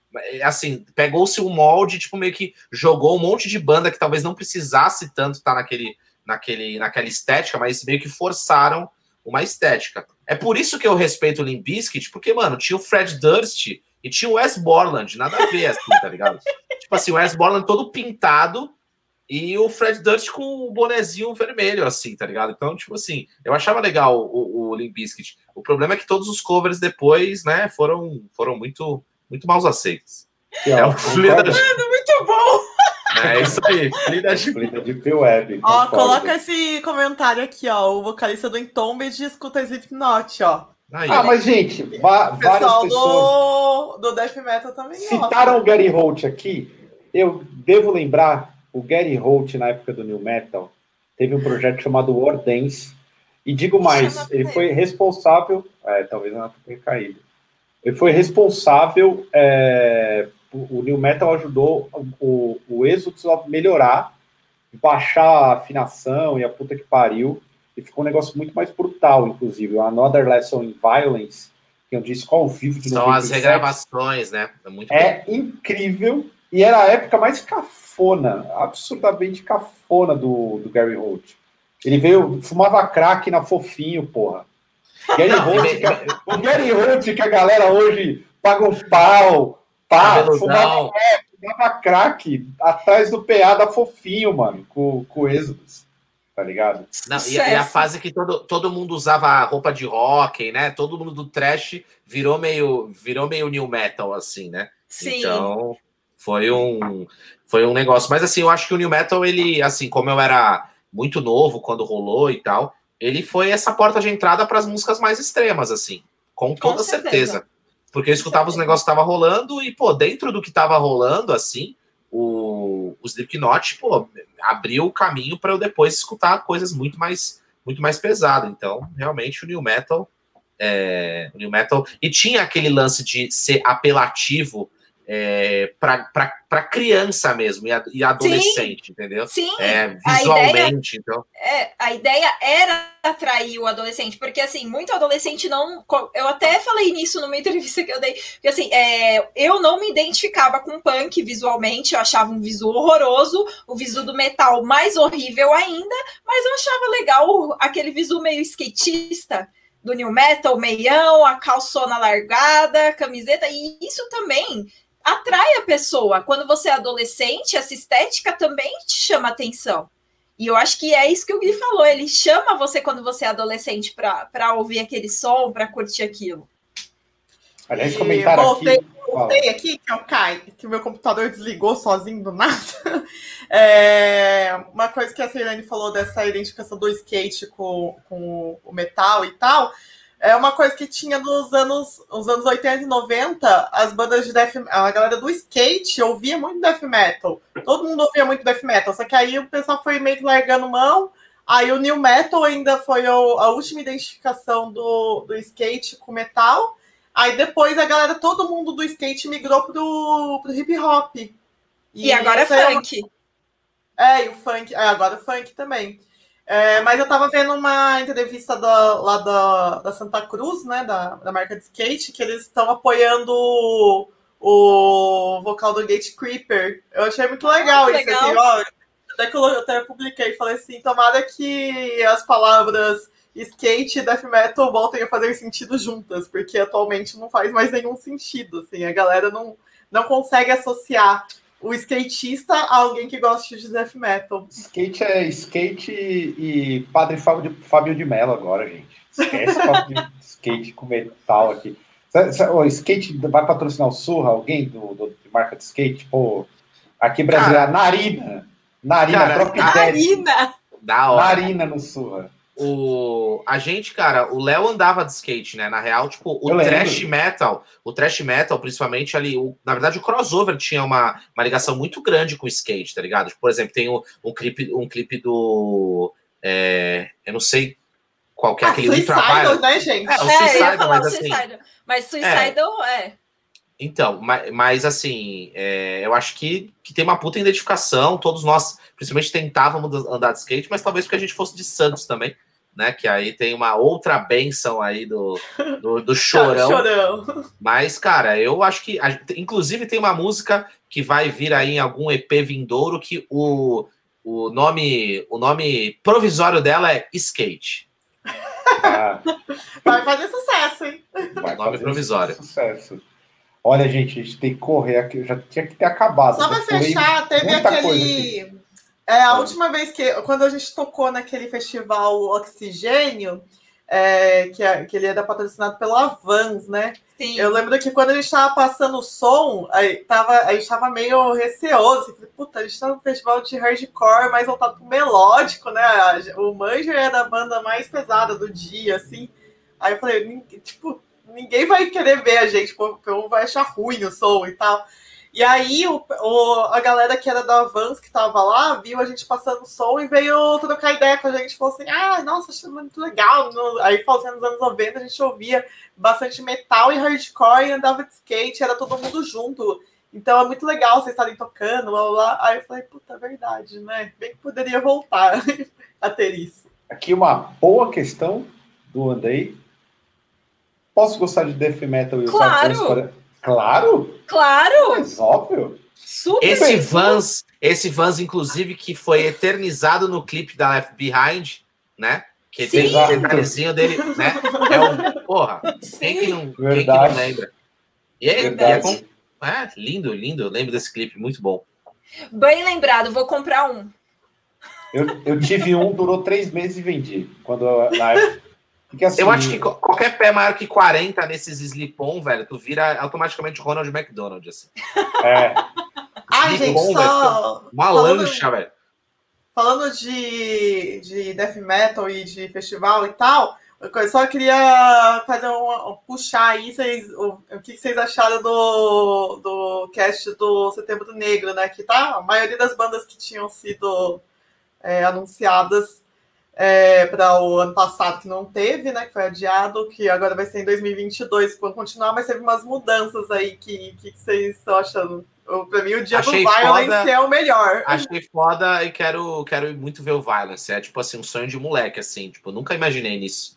Assim, pegou-se um molde, tipo, meio que jogou um monte de banda que talvez não precisasse tanto estar naquele, naquele, naquela estética, mas meio que forçaram uma estética. É por isso que eu respeito o Limp Bizkit, porque, mano, tinha o Fred Durst e tinha o Wes Borland, nada a ver, assim, tá ligado? Tipo assim, o Wes Borland todo pintado e o Fred Durst com o bonezinho vermelho, assim, tá ligado? Então, tipo assim, eu achava legal o, o Limp Bizkit. O problema é que todos os covers depois, né, foram, foram muito, muito mal aceitos. Que é o Flida... Muito bom! É isso aí, Flida de Web. Ó, coloca esse comentário aqui, ó. O vocalista do Entombed escuta Slipknot, ó. Aí, ah, mas, gente, va- o várias pessoal pessoas... do, do Death Metal também citaram o Gary Holt aqui. Eu devo lembrar, o Gary Holt, na época do New Metal, teve um projeto chamado War Dance. E digo mais, ele foi responsável... É, talvez não tenha caído. Ele foi responsável... É, o New Metal ajudou o, o Exodus a melhorar, baixar a afinação e a puta que pariu, e ficou um negócio muito mais brutal, inclusive. O Another Lesson in Violence, que é um disco ao vivo de São noventa e sete, as regravações, né? É, muito é incrível, e era a época mais cafona, absurdamente cafona do, do Gary Holt. Ele veio, fumava crack na Fofinho, porra. Gary Holt, que, o Gary Holt que a galera hoje paga um pau, pá, fumava, é, fumava crack atrás do P A da Fofinho, mano, com, com o Exodus, tá ligado? Não, e, e a fase que todo, todo mundo usava roupa de rock, né? Todo mundo do trash virou meio, virou meio new metal, assim, né? Sim. Então, foi um, foi um negócio. Mas, assim, eu acho que o new metal, ele, assim, como eu era muito novo quando rolou e tal, ele foi essa porta de entrada para as músicas mais extremas, assim, com toda com certeza. certeza. Porque eu escutava os negócios que estavam rolando e, pô, dentro do que estava rolando, assim, o, o Slipknot, pô, abriu o caminho para eu depois escutar coisas muito mais, muito mais pesadas. Então, realmente, o New Metal... É, o New Metal... E tinha aquele lance de ser apelativo é, para criança mesmo, e, a, e adolescente, sim, entendeu? Sim, é, visualmente, a ideia, então... É, a ideia era atrair o adolescente, porque, assim, muito adolescente não... Eu até falei nisso numa entrevista que eu dei, porque, assim, é, eu não me identificava com punk visualmente, eu achava um visual horroroso, o visual do metal mais horrível ainda, mas eu achava legal aquele visual meio skatista do New Metal, meião, a calçona largada, a camiseta, e isso também... atrai a pessoa. Quando você é adolescente, essa estética também te chama atenção. E eu acho que é isso que o Gui falou. Ele chama você quando você é adolescente para ouvir aquele som, para curtir aquilo. Aliás, comentário voltei, aqui. Voltei aqui, que eu caio, que o meu computador desligou sozinho do nada. É, uma coisa que a Ceilane falou dessa identificação do skate com, com o metal e tal... É uma coisa que tinha nos anos, nos anos oitenta e noventa, as bandas de death metal, a galera do skate ouvia muito death metal. Todo mundo ouvia muito death metal, só que aí o pessoal foi meio que largando mão. Aí o new metal ainda foi o, a última identificação do, do skate com metal. Aí depois a galera, todo mundo do skate migrou pro, pro hip hop. E, e agora é funk. É, uma... é, e o funk, é, agora o funk também. É, mas eu tava vendo uma entrevista da, lá da, da Santa Cruz, né, da, da marca de skate, que eles estão apoiando o, o vocal do Gate Creeper. Eu achei muito legal ah, isso. Legal. Assim, ó, até que eu até publiquei e falei assim, tomara que as palavras skate e death metal voltem a fazer sentido juntas, porque atualmente não faz mais nenhum sentido. Assim, a galera não, não consegue associar o skatista a alguém que gosta de death metal. Skate é skate e Padre Fábio de, Fábio de Mello agora, gente. Esquece de skate com metal aqui. O skate vai patrocinar o Surra? Alguém do, do, de marca de skate? Pô, aqui brasileira, Narina. Narina, cara, Drop Narina! Da hora. Narina no Surra. O, a gente, cara, o Léo andava de skate, né? Na real, tipo, o thrash metal, o thrash metal, principalmente ali, o, na verdade, o crossover tinha uma, uma ligação muito grande com o skate, tá ligado? Por exemplo, tem um, um, clipe, um clipe do. É, eu não sei qual que é ah, aquele Suicidal, né, gente? É, o é, Suicidal, mas assim. Suicidal. Mas Suicidal é. é. Então, mas, mas assim, é, eu acho que, que tem uma puta identificação. Todos nós, principalmente, tentávamos andar de skate, mas talvez porque a gente fosse de Santos também, né? Que aí tem uma outra benção aí do, do, do chorão. chorão. Mas, cara, eu acho que. Inclusive, tem uma música que vai vir aí em algum E P vindouro que o, o, nome, o nome provisório dela é Skate. Ah, vai fazer sucesso, hein? Vai nome provisório. Sucesso. Olha, gente, a gente tem que correr aqui. Eu já tinha que ter acabado. Só para fechar, teve aquele. É, a é. última vez que. Quando a gente tocou naquele festival Oxigênio, é, que, é, que ele era patrocinado pelo Avans, né? Sim. Eu lembro que quando a gente estava passando o som, aí tava, a gente estava meio receoso. Assim, puta, a gente está num festival de hardcore mais voltado pro melódico, né? O Manger é da banda mais pesada do dia, assim. Aí eu falei, tipo. Ninguém vai querer ver a gente, porque vai achar ruim o som e tal. E aí, o, o, a galera que era da Avans, que tava lá, viu a gente passando o som e veio trocar ideia com a gente. Falou assim, ah, nossa, achei muito legal. No, aí, fazendo nos anos noventa, a gente ouvia bastante metal e hardcore e andava de skate, era todo mundo junto. Então, é muito legal vocês estarem tocando, blá, blá, blá. Aí eu falei, puta, é verdade, né? Bem que poderia voltar a ter isso. Aqui uma boa questão do Andrei. Posso gostar de death metal e claro. usar para... Claro! Claro! Mas óbvio! Super esse Vans, esse Vans, inclusive, que foi eternizado no clipe da Left Behind, né? Que Sim. tem o detalhezinho dele, né? É um. Porra, quem que, não, quem que não lembra? E é, e é, com, é lindo, lindo. Eu lembro desse clipe, muito bom. Bem lembrado, vou comprar um. Eu, eu tive um, durou três meses e vendi. Quando na época. Assim, eu acho que qualquer pé maior que quarenta nesses slip-on, velho, tu vira automaticamente Ronald McDonald, assim. É. Ai, gente, só... Velho, uma falando, lancha, velho. Falando de, de death metal e de festival e tal, Eu só queria fazer um, puxar aí vocês, o, o que vocês acharam do, do cast do Setembro Negro, né? Que tá, a maioria das bandas que tinham sido é, anunciadas é, para o ano passado, que não teve, né? Que foi adiado, que agora vai ser em dois mil e vinte e dois, quando continuar, mas teve umas mudanças aí. Que, que vocês estão achando? Para mim, o dia Achei do Violence foda, é o melhor. Achei foda e quero, quero muito ver o Violence. É tipo assim, um sonho de moleque, assim. Tipo, nunca imaginei nisso.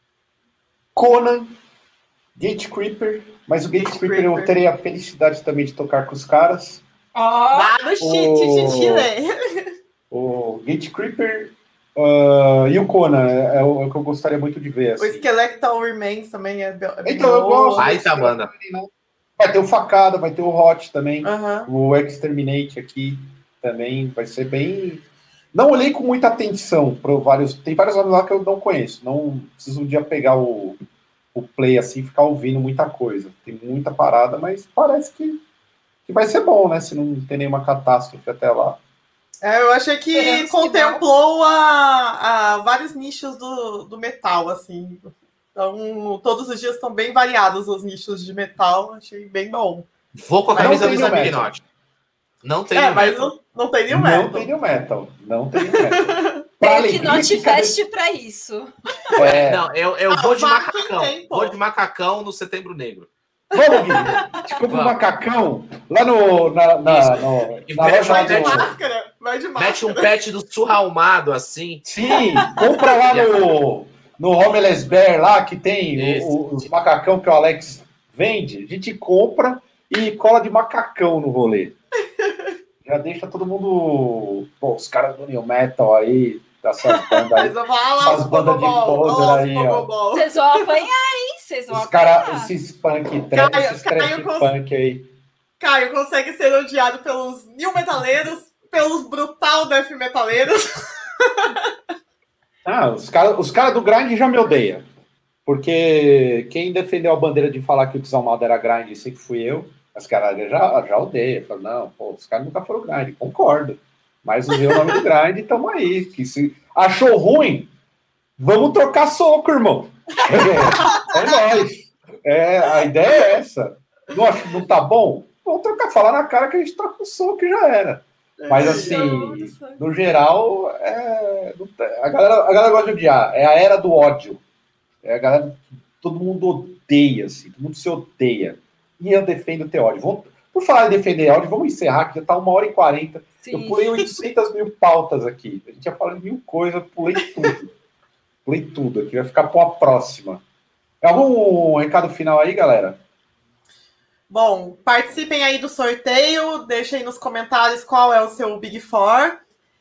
Conan, Gatecreeper, mas o Gatecreeper eu terei a felicidade também de tocar com os caras. Ó, oh, no Chile. O Gatecreeper uh, e o Conan é, é, o, é o que eu gostaria muito de ver. Assim. O Skeletal Remains também é, é então, eu gosto. Aí tá, banda. Vai ter o Facada, vai ter o Hot também. Uhum. O Exterminate aqui também vai ser bem... Não olhei com muita atenção para vários... Tem vários nomes lá que eu não conheço. Não preciso um dia pegar o, o play assim e ficar ouvindo muita coisa. Tem muita parada, mas parece que, que vai ser bom, né? Se não tem nenhuma catástrofe até lá. É, eu achei que Esperamos contemplou que a, a vários nichos do, do metal, assim. Então, todos os dias estão bem variados os nichos de metal. Achei bem bom. Vou com a camisa do Slipknot. Não tem é, mas metal. Não, não tem new metal. Não tem new metal. Não tem new metal. Tem que Not Fest pra isso. É, não, eu, eu ah, vou de macacão. Tem, vou de macacão no Setembro Negro. Vamos, Gui. Te compra um macacão lá no, na, na, no, e na vai loja de do... máscara. Vai de máscara. Mete um pet do surralmado, assim. Sim, compra lá no... No Homeless Bear lá, que tem o, os macacão que o Alex vende, a gente compra e cola de macacão no rolê. Já deixa todo mundo... Pô, os caras do New Metal aí, dessas bandas aí. Essas bandas de poser aí, ó. Vocês vão apanhar, hein? Vocês vão os apanhar. Cara, esses punk trash, Caio, esses trash Caio punk aí. Caio consegue ser odiado pelos new metaleiros, pelos brutal death metaleiros. Ah, os caras os cara do grind já me odeiam. Porque quem defendeu a bandeira de falar que o Desalmado era grind sempre fui eu. As caras já, já odeiam. Falam, não, pô, os caras nunca foram grind. Concordo. Mas usei o nome do grind e tamo aí. Que se achou ruim, vamos trocar soco, irmão. É, é nóis. É, a ideia é essa. Não, acho, não tá bom? Vamos trocar, falar na cara que a gente tá com soco e já era. Mas assim, no geral, é, a, galera, a galera gosta de odiar. É a era do ódio. É a galera, todo mundo odeia, assim, todo mundo se odeia. E eu defendo ter ódio. Vamos, por falar em defender ódio, vamos encerrar, que já tá uma hora e quarenta. Eu pulei oitocentas mil pautas aqui. A gente já falou de mil coisas, eu pulei tudo. Pulei tudo aqui, vai ficar para a próxima. Algum recado final aí, galera? Bom, participem aí do sorteio, deixem nos comentários qual é o seu Big Four.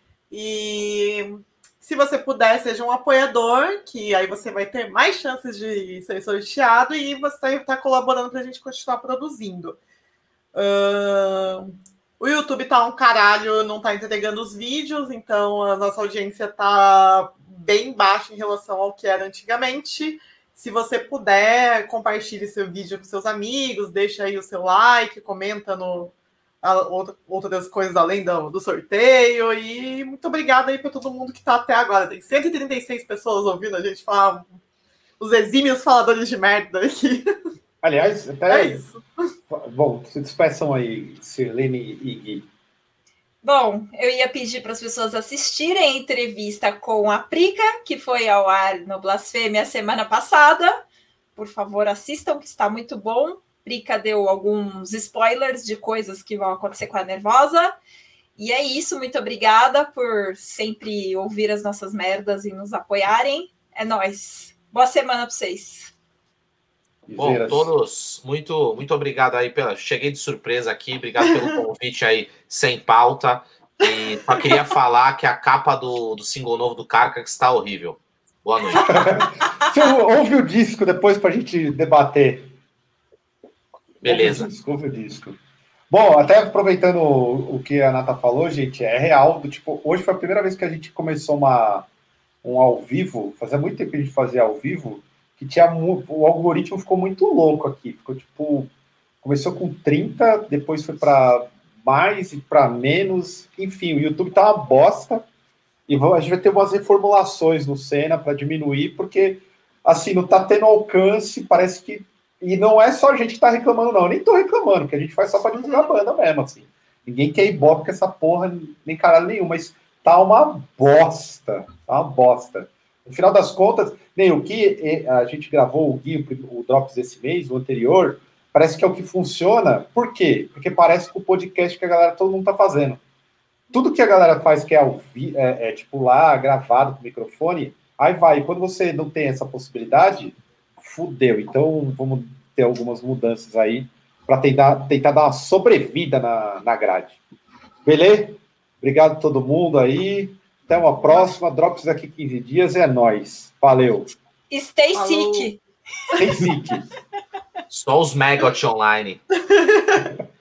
E se você puder, seja um apoiador, que aí você vai ter mais chances de ser sorteado e você vai estar colaborando para a gente continuar produzindo. Uh, o YouTube tá um caralho, não tá entregando os vídeos, então a nossa audiência tá bem baixa em relação ao que era antigamente. Se você puder, compartilhe seu vídeo com seus amigos, deixa aí o seu like, comenta no a, outra, outras coisas além do, do sorteio. E muito obrigada aí para todo mundo que está até agora. Tem cento e trinta e seis pessoas ouvindo a gente falar, os exímios faladores de merda aqui. Aliás, até... É isso. Bom, se despeçam aí, Sirlene e Gui. Bom, eu ia pedir para as pessoas assistirem a entrevista com a Prica, que foi ao ar no Blasfêmia semana passada. Por favor, assistam, que está muito bom. Prica deu alguns spoilers de coisas que vão acontecer com a Nervosa. E é isso, muito obrigada por sempre ouvir as nossas merdas e nos apoiarem. É nóis. Boa semana para vocês. Bom, todos, muito, muito obrigado aí pela. Cheguei de surpresa aqui, obrigado pelo convite aí, sem pauta. E só queria falar que a capa do, do single novo do Carcax está horrível. Boa noite. Você ouve o disco depois pra gente debater. Beleza. Ouve o disco, ouve o disco. Bom, até aproveitando o, o que a Nata falou, gente, é real. Do, tipo, hoje foi a primeira vez que a gente começou uma, um ao vivo. Fazia muito tempo que a gente fazia ao vivo. Que tinha o algoritmo ficou muito louco aqui, ficou tipo, começou com trinta, depois foi para mais e para menos, enfim, o YouTube tá uma bosta e a gente vai ter umas reformulações no Senna para diminuir, porque assim, não tá tendo alcance, parece que... E não é só a gente que tá reclamando, não. Eu nem tô reclamando, porque a gente faz só pra divulgar a banda mesmo, assim. Ninguém quer ibope com essa porra, nem caralho nenhum, mas tá uma bosta. Tá uma bosta. No final das contas, nem o que a gente gravou o Gui, o Drops desse mês, o anterior, parece que é o que funciona. Por quê? Porque parece que o podcast que a galera, todo mundo tá fazendo. Tudo que a galera faz que é, ao vi, é, é tipo lá, gravado com microfone, aí vai. Quando você não tem essa possibilidade, fudeu. Então, vamos ter algumas mudanças aí para tentar, tentar dar uma sobrevida na, na grade. Beleza? Obrigado a todo mundo aí. Até uma próxima. Drops daqui quinze dias. É nóis. Valeu. Stay Falou. sick. Stay sick. Só os Maggot online.